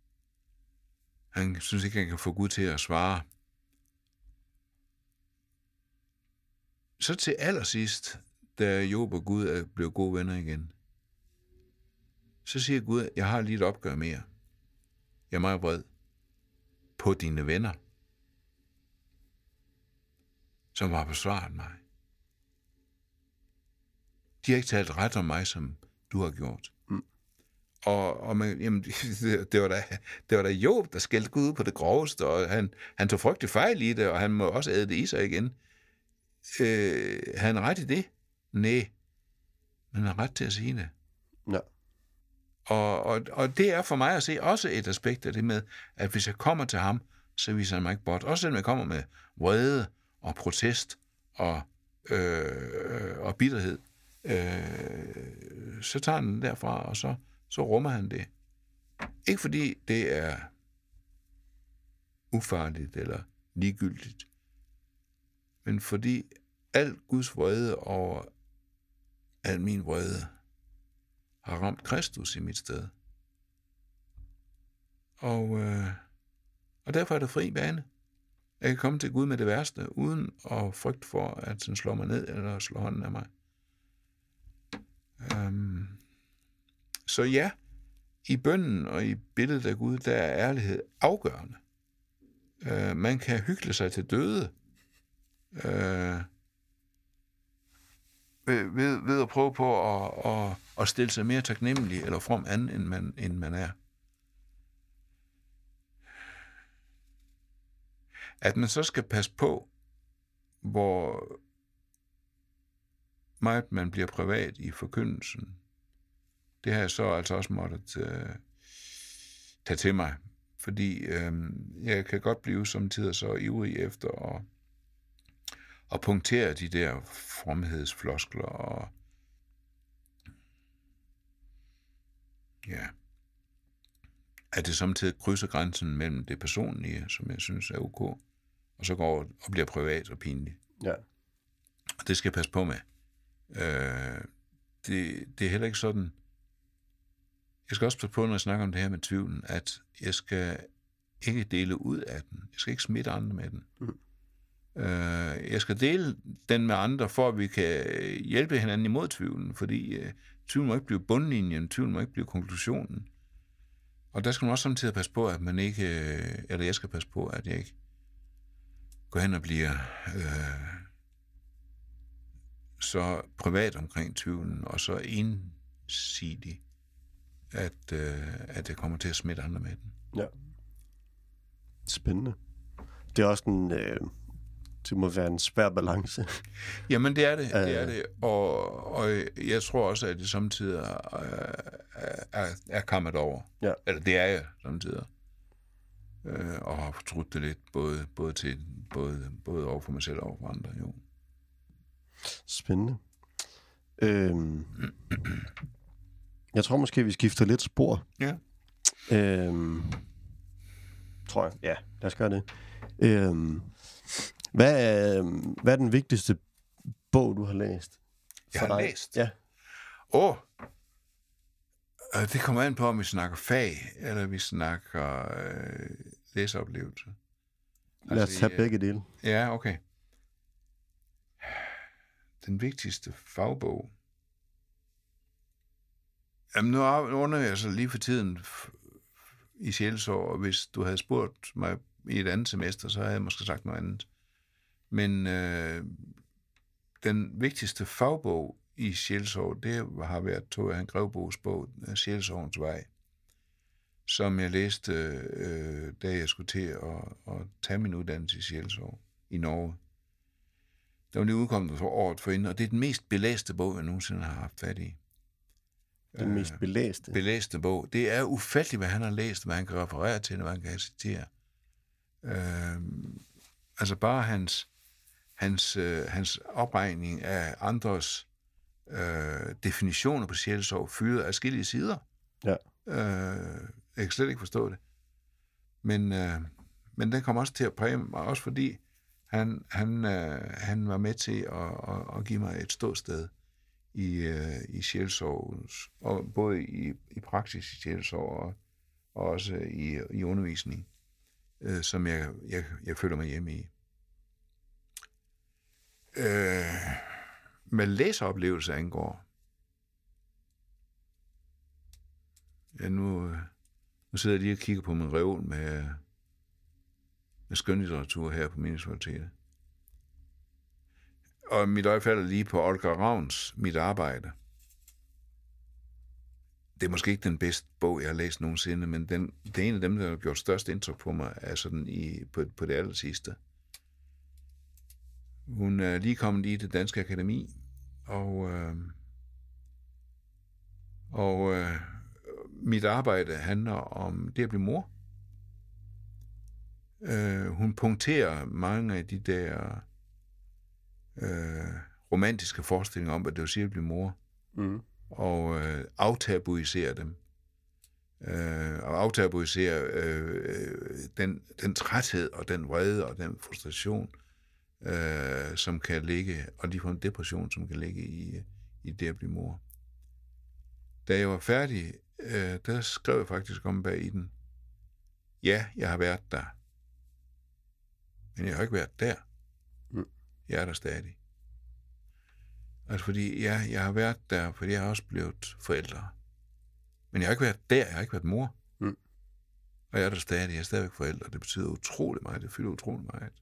Han synes ikke, han kan få Gud til at svare. Så til allersidst, da Job og Gud blev gode venner igen, så siger Gud, jeg har lige et opgør mere. Jeg er meget vred på dine venner, som har forsvaret mig. De har ikke talt ret om mig, som du har gjort. Mm. Og jamen, det var da Job, der skældte Gud ud på det groveste, og han tog frygtelig fejl i det, og han må også æde det i sig igen. Han har ret i det? Nej. Men han har ret til at sige det. Ja. Og det er for mig at se også et aspekt af det med, at hvis jeg kommer til ham, så viser han mig ikke bort. Også selvom jeg kommer med vrede og protest og bitterhed, så tager han den derfra, og så rummer han det. Ikke fordi det er ufarligt eller ligegyldigt, men fordi al Guds vrede over al min vrede har ramt Kristus i mit sted. Og derfor er der fri bane. Jeg kan komme til Gud med det værste, uden at frygte for, at han slår mig ned eller slår hånden af mig. Så ja, i bønnen og i billedet af Gud, der er ærlighed afgørende. Man kan hykle sig til døde ved at prøve på at stille sig mere taknemmelig eller from anden, end man er. At man så skal passe på, hvor meget man bliver privat i forkyndelsen, det har jeg så altså også måttet tage til mig. Fordi jeg kan godt blive samtidig så ivrig efter at punktere de der fromhedsfloskler og ja, at det samtidig krydser grænsen mellem det personlige, som jeg synes er ok, og så går og bliver privat og pinligt. Ja. Og det skal jeg passe på med. Det er heller ikke sådan. Jeg skal også passe på, når jeg snakker om det her med tvivlen, at jeg skal ikke dele ud af den. Jeg skal ikke smitte andre med den. Jeg skal dele den med andre, for at vi kan hjælpe hinanden imod tvivlen, fordi tvivlen må ikke blive bundlinjen, tvivlen må ikke blive konklusionen. Og der skal man også samtidig passe på, at man ikke, eller jeg skal passe på, at jeg ikke går hen og bliver så privat omkring tvivlen, og så ensidig, at jeg kommer til at smitte andre med den. Ja. Spændende. Det er også det må være en svær balance. Jamen, det er det. Det er det. Og jeg tror også, at det samtidig er kammet over. Ja. Eller det er jeg samtidig. Og har fortrudt det lidt, både over for mig selv og over for andre. Jo. Spændende. Jeg tror måske, vi skifter lidt spor. Ja. Tror jeg. Ja, lad os gøre det. Hvad er den vigtigste bog, du har læst? Jeg har læst? Ja. Det kommer an på, om vi snakker fag, eller vi snakker læseoplevelse. Lad os tage begge dele. Ja, okay. Den vigtigste fagbog. Jamen, nu under jeg så lige for tiden i sjælsorg, og hvis du havde spurgt mig i et andet semester, så havde jeg måske sagt noget andet. Men den vigtigste fagbog i sjælsorg, det har været Tove Han Grevboes bog, Sjælsorgens Vej, som jeg læste, da jeg skulle til at tage min uddannelse i sjælsorg i Norge. Der var lige udkommet for året forinden, og det er den mest belæste bog, jeg nogensinde har haft fat i. Den mest belæste? Belæste bog. Det er ufatteligt, hvad han har læst, hvad han kan referere til, og hvad han kan citere. Altså bare hans opregning af andres definitioner på sjælsorg fyrede adskillige sider. Ja. Jeg kan slet ikke forstå det. Men den kom også til at præge mig, også fordi han var med til at give mig et ståsted i sjælsorg, og både i praksis i sjælsorg og også i undervisning, som jeg føler mig hjemme i. Med læseoplevelse angår, ja, nu sidder jeg lige og kigger på min reol med skønlitteratur her på Menighedsfakultetet. Og mit øje falder lige på Olga Ravns Mit arbejde. Det er måske ikke den bedste bog, jeg har læst nogensinde, men det er en af dem, der har gjort størst indtryk på mig, er sådan på det allersidste. Hun er lige kommet i det danske akademi, og mit arbejde handler om det at blive mor. Hun punkterer mange af de der romantiske forestillinger om, hvad det vil sige at blive mor, og aftabuiserer dem. Og aftabuiserer den træthed og den vrede og den frustration, som kan ligge, og ligefrem depression, som kan ligge i det at blive mor. Da jeg var færdig, der skrev jeg faktisk om bag i den, ja, jeg har været der, men jeg har ikke været der. Jeg er der stadig. Altså fordi, ja, jeg har været der, fordi jeg har også blevet forældre. Men jeg har ikke været der, jeg har ikke været mor. Og jeg er der stadig. Jeg er stadigvæk forældre. Det betyder utrolig meget. Det fylder utrolig meget.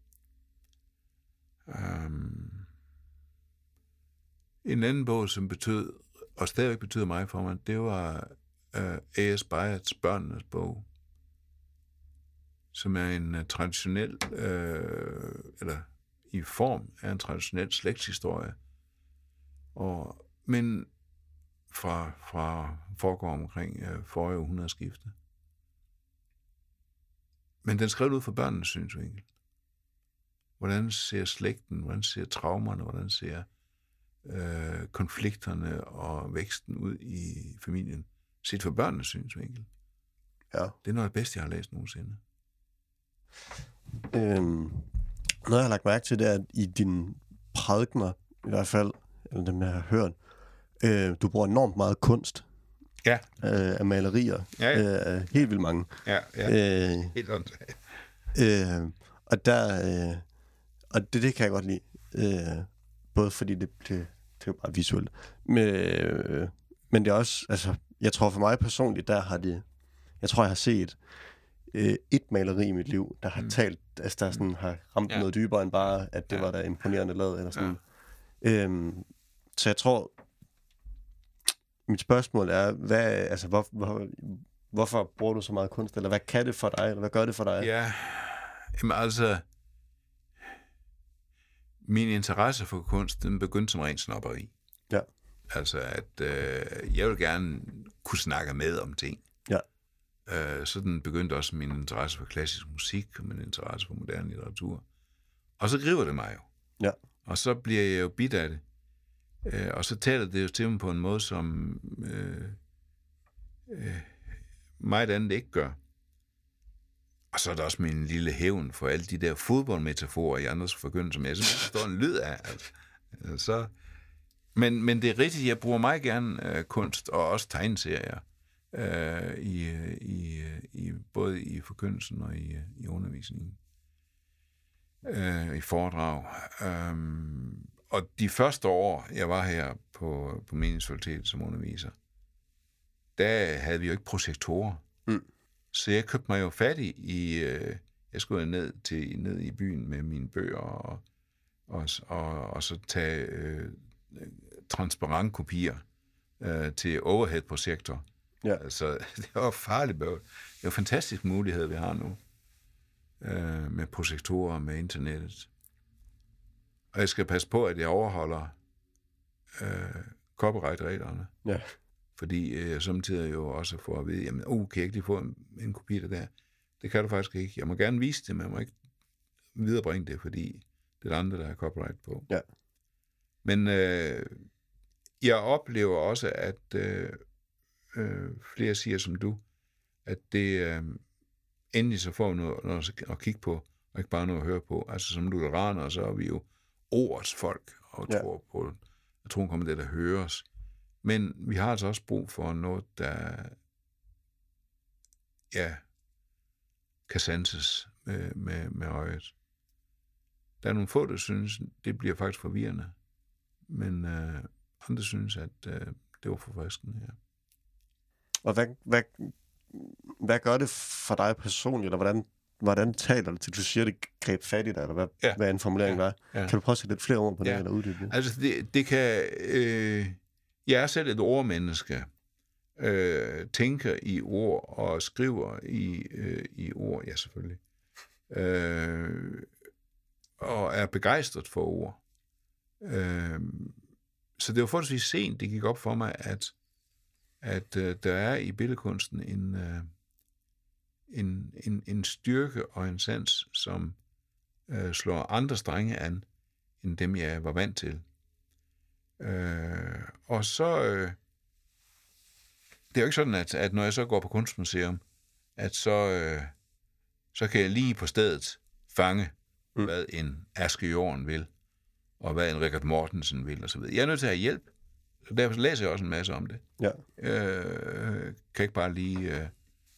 En anden bog, som betød, og stadigvæk betyder meget for mig, det var A.S. Byatt's Børnenes bog, som er en traditionel, eller i form af en traditionel slægtshistorie, men fra foregår omkring forrige århundredeskifte. Men den skrev ud fra børnenes synsvinkel. Hvordan ser slægten, hvordan ser traumerne, hvordan ser konflikterne og væksten ud i familien, set fra børnenes synsvinkel. Ja. Det er noget af det bedste, jeg har læst nogensinde. Noget, jeg har lagt mærke til, det er, at i dine prædikener, i hvert fald, eller dem, jeg har hørt, du bruger enormt meget kunst. Ja. Af malerier. Ja. Helt vildt mange. Ja. Helt åndssvagt. Og der... og det kan jeg godt lide. Både fordi det er jo bare visuelt. Men det er også... Altså, jeg tror for mig personligt, der har det... Jeg tror, jeg har set et maleri i mit liv, der har talt... Altså, der sådan har ramt noget dybere end bare, at det var da imponerende lavet, eller sådan. Så jeg tror... Mit spørgsmål er, hvorfor bruger du så meget kunst? Eller hvad kan det for dig? Eller hvad gør det for dig? Ja, jamen altså... Min interesse for kunst, den begyndte som ren snobberi. Ja. Altså, at jeg vil gerne kunne snakke med om ting. Ja. Så den begyndte også min interesse for klassisk musik, og min interesse for moderne litteratur. Og så griber det mig jo. Ja. Og så bliver jeg jo bidt af det. Og så taler det jo til mig på en måde, som meget andet ikke gør. Og så er der også min lille hævn for alle de der fodboldmetaforer i andres forkyndelse, som jeg simpelthen forstår en lyd af. Altså. Men det er rigtigt, jeg bruger meget gerne kunst og også tegneserier, både i forkyndelsen og i undervisningen, i foredrag. Og de første år, jeg var her på menighedsfakultetet som underviser, der havde vi jo ikke projektorer. Så jeg købte mig jo fat i jeg skulle ned i byen med mine bøger og så tage transparent kopier til overhead-projektor. Ja. Altså, det var farligt bøvl. Det er jo fantastisk mulighed, vi har nu med projektorer og med internettet. Og jeg skal passe på, at jeg overholder copyright-reglerne. Ja. Fordi jeg samtidig jo også får at vide, jamen, kan jeg ikke lige få en kopi af det der? Det kan du faktisk ikke. Jeg må gerne vise det, men jeg må ikke viderebringe det, fordi det er andre, der har copyright på. Ja. Men jeg oplever også, at flere siger som du, at det endelig så får noget at kigge på, og ikke bare noget at høre på. Altså som lutheraner, så er vi jo ordets folk, og tror på, at troen kommer det, der høres. Men vi har altså også brug for noget, der kan sanses med øjet. Der er nogle få, der synes, det bliver faktisk forvirrende. Men andre synes, at det var forfriskende, ja. Og hvad gør det for dig personligt, eller hvordan taler det til? Du siger, det greb fat i dig, eller hvad en formulering var. Ja. Kan du prøve at sætte lidt flere ord på det, eller uddybe det? Altså, det kan... jeg er selv et ordmenneske. Tænker i ord og skriver i ord, ja selvfølgelig. Og er begejstret for ord. Så det var forholdsvis sent, det gik op for mig, at der er i billedkunsten en styrke og en sans, som slår andre strenge an, end dem jeg var vant til. Og så det er jo ikke sådan, at når jeg så går på kunstmuseum, at så kan jeg lige på stedet fange, hvad en Asger Jorn vil, og hvad en Richard Mortensen vil, og så videre. Jeg er nødt til at have hjælp, og derfor læser jeg også en masse om det. Ja. Kan ikke bare lige...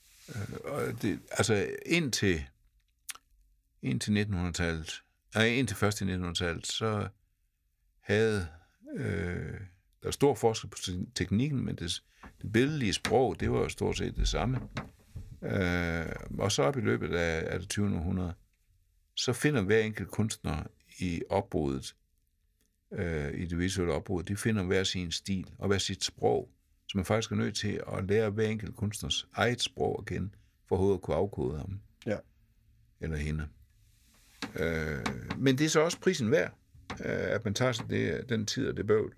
altså indtil 1900-tallet, indtil først i 1900-tallet, så havde der var stor forskel på teknikken, men det billedlige sprog, det var jo stort set det samme. Og så op i løbet af det 20. århundrede, så finder hver enkelt kunstner i opbruddet, i det visuelle opbrud, de finder hver sin stil og hver sit sprog, så man faktisk er nødt til at lære hver enkelt kunstners eget sprog at kende, for overhovedet at kunne afkode ham. Ja. Eller hende. Men det er så også prisen værd, at man tager sig den tid og det bøvl.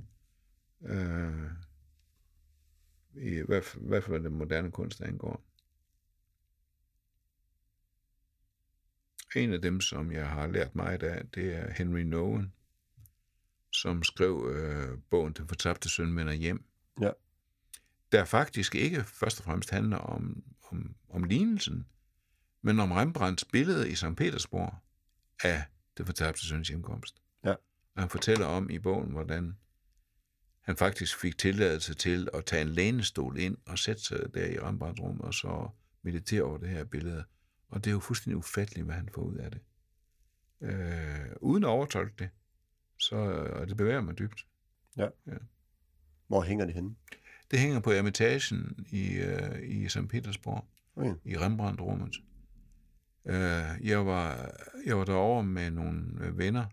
I hvert fald det moderne kunst angår. En af dem, som jeg har lært meget af, det er Henry Nowen, som skrev bogen Den fortabte søn vender hjem. Ja. Der faktisk ikke først og fremmest handler om lignelsen, men om Rembrandts billede i St. Petersborg af Den fortabte søns hjemkomst. Ja. Og han fortæller om i bogen, hvordan han faktisk fik tilladelse til at tage en lænestol ind og sætte sig der i Rembrandts rum og så meditere over det her billede. Og det er jo fuldstændig ufatteligt, hvad han får ud af det. Uden at overtolke det, og det bevæger mig dybt. Ja. Hvor hænger det henne? Det hænger på Eremitagen i St. Petersborg, i Rembrandt-rummet. Jeg var derovre med nogle venner,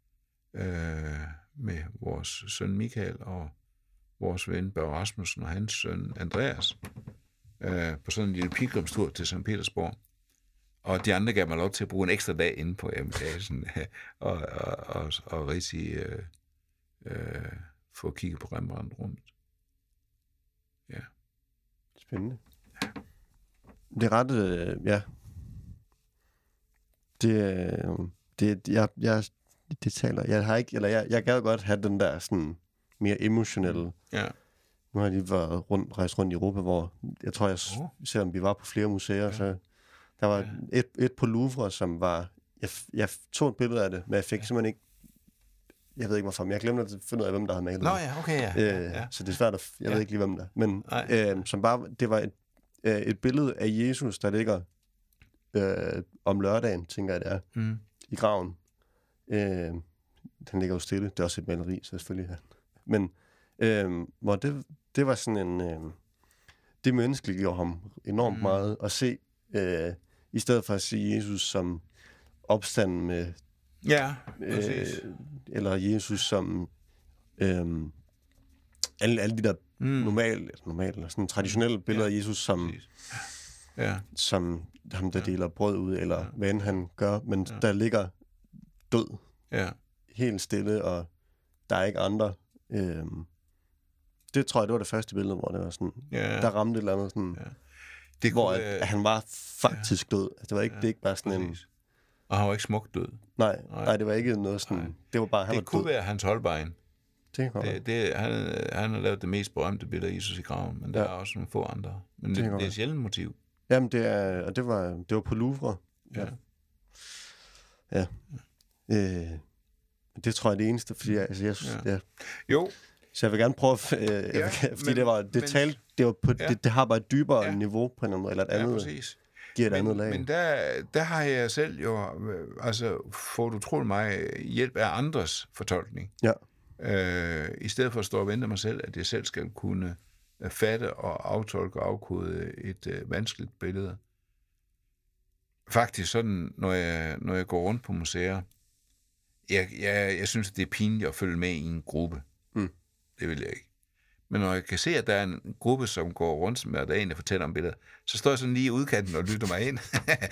med vores søn Michael og vores ven Børge Rasmussen og hans søn Andreas, på sådan en lille pilgrimstur til St. Petersborg. Og de andre gav mig lov til at bruge en ekstra dag inde på Eremitagen og rigtig få kigget på Rembrandt-rummet. Ja. Spændende. Det er ret, ja. Det taler. Jeg har ikke, eller jeg gad godt have den der sådan mere emotionelle. Ja. Nu har jeg lige rejst rundt i Europa, hvor jeg tror, selvom vi var på flere museer, så der var et på Louvre, som var, jeg tog et billede af det, men jeg fik simpelthen ikke, jeg ved ikke hvorfor, men jeg glemte at finde ud af, hvem der havde malet det. Nå ja, okay, ja. Så det er svært at, jeg ved ikke lige, hvem der. Men som bare, det var et billede af Jesus, der ligger om lørdagen, tænker jeg det er, i graven. Den ligger jo stille. Det er også et maleri, så selvfølgelig. Ja. Men hvor det var sådan en, det menneskeliggjorde ham enormt meget at se, i stedet for at se Jesus som opstanden med, eller Jesus som alle de der normale eller sådan traditionelle billeder af Jesus som ham, der deler brød ud, eller hvad end han gør, men der ligger død. Ja. Helt stille, og der er ikke andre. Det tror jeg, det var det første billede, hvor det var sådan, der ramte et eller andet sådan, det hvor at han var faktisk død. Altså, det var ikke, det ikke bare sådan en... Og han var ikke smukt død. Nej, det var ikke noget sådan... Det var bare, han det var kunne død. være hans holdbejen. Han har lavet det mest berømte billede af Jesus i graven, men der er også nogle få andre. Men det er et sjældent motiv. Jamen, det var på Louvre. Ja. Det tror jeg er det eneste, fordi jeg synes, Jo. Så jeg vil gerne prøve, fordi det var på, det har bare et dybere niveau på en eller anden måde, eller et andet, giver et andet lag. Men der har jeg selv jo, fået utroligt meget hjælp af andres fortolkning. Ja. I stedet for at stå og vente mig selv, at jeg selv skal kunne fatte og aftolke og afkode et vanskeligt billede. Faktisk sådan, når jeg går rundt på museer, jeg synes, at det er pinligt at følge med i en gruppe. Det vil jeg ikke. Men når jeg kan se, at der er en gruppe, som går rundt med, og der er en, der fortæller om billeder, så står jeg sådan lige i udkanten og lytter mig ind.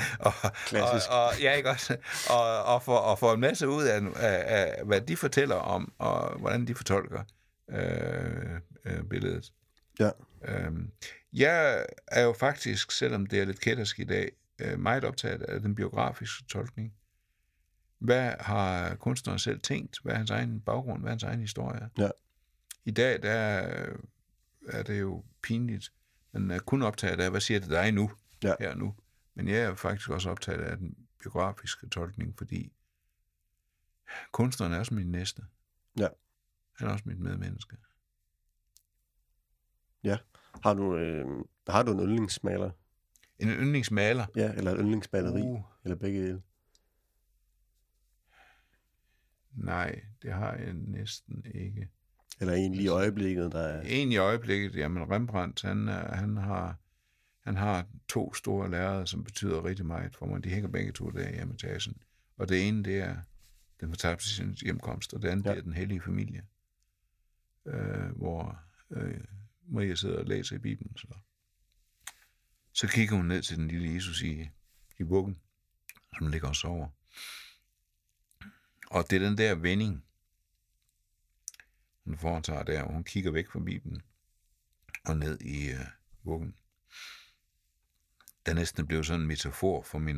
og får en masse ud af, hvad de fortæller om, og hvordan de fortolker billedet. Ja. Jeg er jo faktisk, selvom det er lidt kættersk i dag, meget optaget af den biografiske tolkning. Hvad har kunstneren selv tænkt? Hvad er hans egen baggrund? Hvad er hans egen historie? Ja. I dag, der er det jo pinligt. Man er kun optaget af, hvad siger det dig nu? Her nu. Men jeg er faktisk også optaget af den biografiske tolkning, fordi kunstneren er også min næste. Ja. Han er også mit medmenneske. Ja. Har du en yndlingsmaler? En yndlingsmaler? Ja, eller et yndlingsmaleri? Eller begge dele? Nej, det har jeg næsten ikke. Eller en lige i øjeblikket, der er... En i øjeblikket, jamen Rembrandt, Han har 2 store lærreder, som betyder rigtig meget for mig. De hænger begge 2 der i Hermitagen. Og det ene, det er den fortabte hjemkomst, og det andet, det er den hellige familie, hvor Maria sidder og læser i Bibelen. Så kigger hun ned til den lille Jesus i vuggen, som ligger og sover. Og det er den der vending, hun foretager der, og hun kigger væk fra Bibelen og ned i vuggen. Der næsten blev sådan en metafor for mit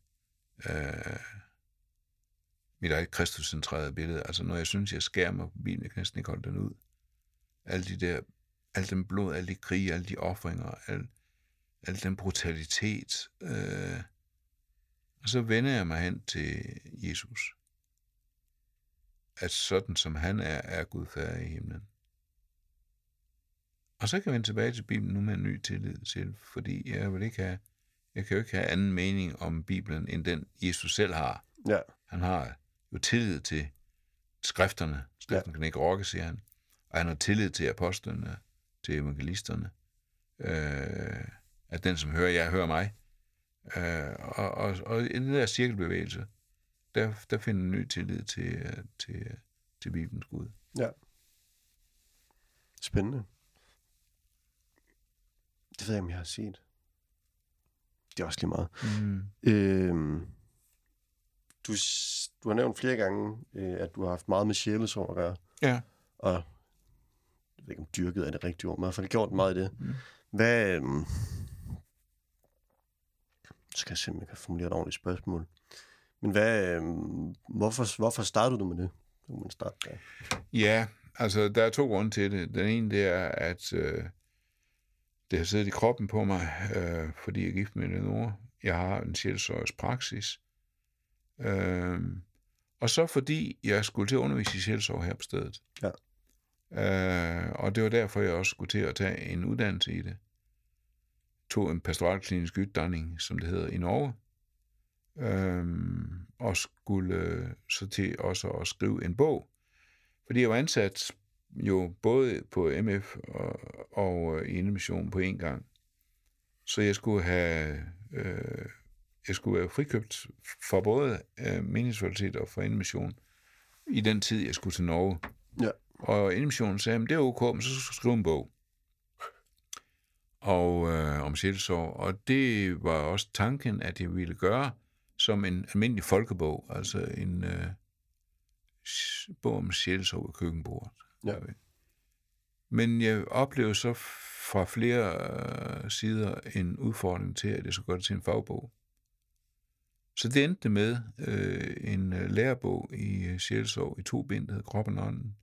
eget kristuscentrerede billede. Altså når jeg synes, jeg skærer mig på Bibelen, jeg kan næsten ikke holde den ud. Al den blod, alle de krige, alle de ofringer, al den brutalitet. Og så vender jeg mig hen til Jesus. At sådan som han er Gud fader i himlen. Og så kan jeg vende tilbage til Bibelen nu med en ny tillid til, fordi jeg kan jo ikke have anden mening om Bibelen, end den Jesus selv har. Ja. Han har jo tillid til skrifterne. Skriften kan ikke rokke, siger han. Og han har tillid til apostlene, til evangelisterne. At den, som hører jeg, hører mig. Og i den der cirkelbevægelse, der finder en ny tillid til Bibelens Gud. Ja. Spændende. Det ved jeg, om jeg har set. Det er også lige meget. Du har nævnt flere gange, at du har haft meget med sjælesorg at gøre. Ja. Og jeg ved ikke, om dyrket er det rigtige ord, men i hvert fald gjort meget i det. Hvad... skal jeg se, om jeg kan formulere et ordentligt spørgsmål. Men hvorfor startede du med det? Man starte der. Ja, altså der er 2 grunde til det. Den ene, det er, at det har siddet i kroppen på mig, fordi jeg er gift med Eleonore. Jeg har en sjælsorgs praksis. Og så fordi jeg skulle til at undervise i sjælsorg her på stedet. Ja. Og det var derfor, jeg også skulle til at tage en uddannelse i det. Tog en pastoralklinisk uddanning, som det hedder, i Norge. Og skulle så til også at skrive en bog. Fordi jeg var ansat jo både på MF og i Indemission på en gang. Så jeg skulle være frikøbt for både menighedsfacilitet og for Indemission i den tid, jeg skulle til Norge. Ja. Og Indemissionen sagde, at det er okay, men så skulle jeg skrive en bog. Og om sjælsorg. Og det var også tanken, at jeg ville gøre som en almindelig folkebog, altså en bog om sjælsorg ved køkkenbordet. Ja. Men jeg oplevede så fra flere sider en udfordring til, at jeg skulle gøre det til en fagbog. Så det endte med en lærebog i sjælsorg i 2 bind, der hedder Kroppen og Ånden,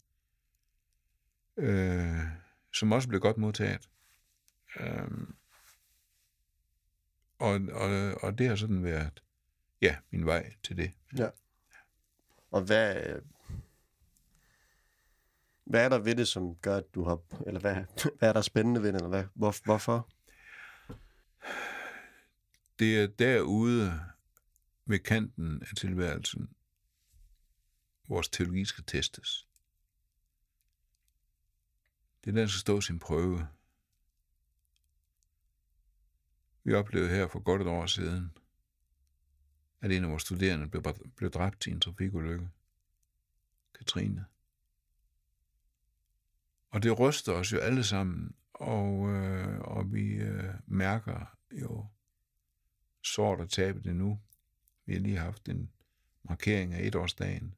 som også blev godt modtaget. Og det har sådan været, min vej til det. Ja. Og hvad er der ved det, som gør, at du har... Eller hvad er der spændende ved det, eller hvorfor? Det er derude ved kanten af tilværelsen, vores teologi skal testes. Det er der skal stå sin prøve. Vi oplevede her for godt et år siden, at en af vores studerende blev dræbt i en trafikulykke. Katrine. Og det ryster os jo alle sammen, og vi mærker jo sårt at tabe det nu. Vi har lige haft en markering af 1-årsdagen.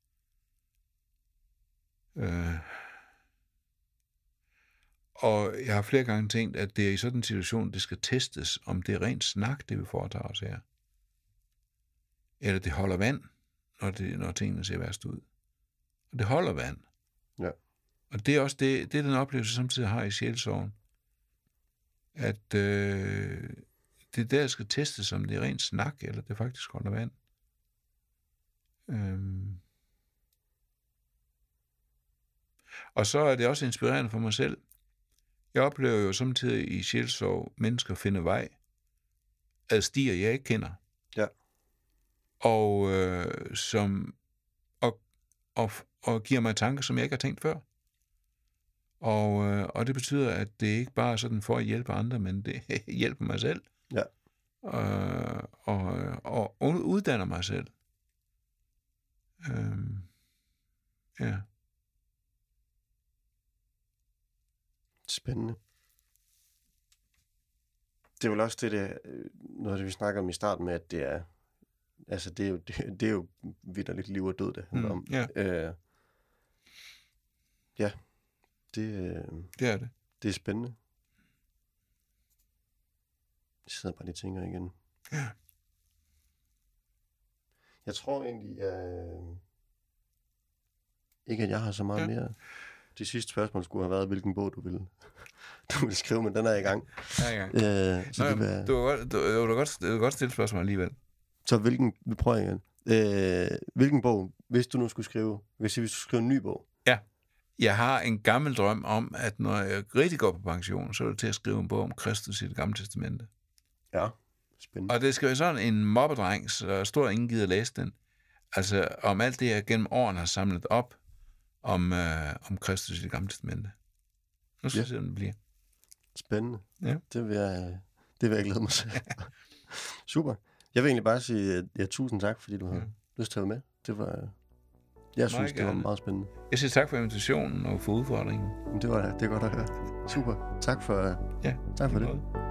Og jeg har flere gange tænkt, at det er i sådan en situation, det skal testes, om det er rent snak, det vi foretager os her. Eller det holder vand, når tingene ser værst ud. Og det holder vand. Ja. Og det er også det er den oplevelse, som jeg har i sjælsorgen. At det der skal testes, om det er rent snak, eller det faktisk holder vand. Og så er det også inspirerende for mig selv. Jeg oplever jo samtidig i sjælsorg, mennesker finder vej ad stier, jeg ikke kender. Ja. Og giver mig tanker, som jeg ikke har tænkt før. Og det betyder, at det ikke bare er sådan for at hjælpe andre, men det hjælper mig selv. Ja. Og uddanner mig selv. Ja. Spændende. Det er vel også det, noget af det, vi snakker om i starten med, at det er, altså det er jo vitterligt liv og død, det handler om. Ja. Ja, det er det. Det er spændende. Jeg sidder bare lige og tænker igen. Ja. Jeg tror egentlig, ikke at jeg har så meget mere. Det sidste spørgsmål skulle have været, hvilken bog du ville skrive, men den er i gang. Du kan godt stille spørgsmål alligevel. Så vi prøver igen. Hvilken bog, hvis du nu skulle skrive, hvis du skulle skrive en ny bog? Ja. Jeg har en gammel drøm om, at når jeg rigtig går på pension, så er det til at skrive en bog om Kristus i Det Gamle Testamente. Ja, spændende. Og det skal være sådan en mobbedreng, så stor ingen gider læse den. Altså om alt det, jeg gennem årene har samlet op om Kristus i Det Gamle Testamente. Nu synes jeg, det bliver. Spændende. Ja. Det vil jeg glæde mig til. Super. Jeg vil egentlig bare sige tusind tak, fordi du har lyst til at være med. Jeg synes, det var meget spændende. Jeg siger tak for invitationen og for udfordringen. Det er godt at høre. Super. Tak for det.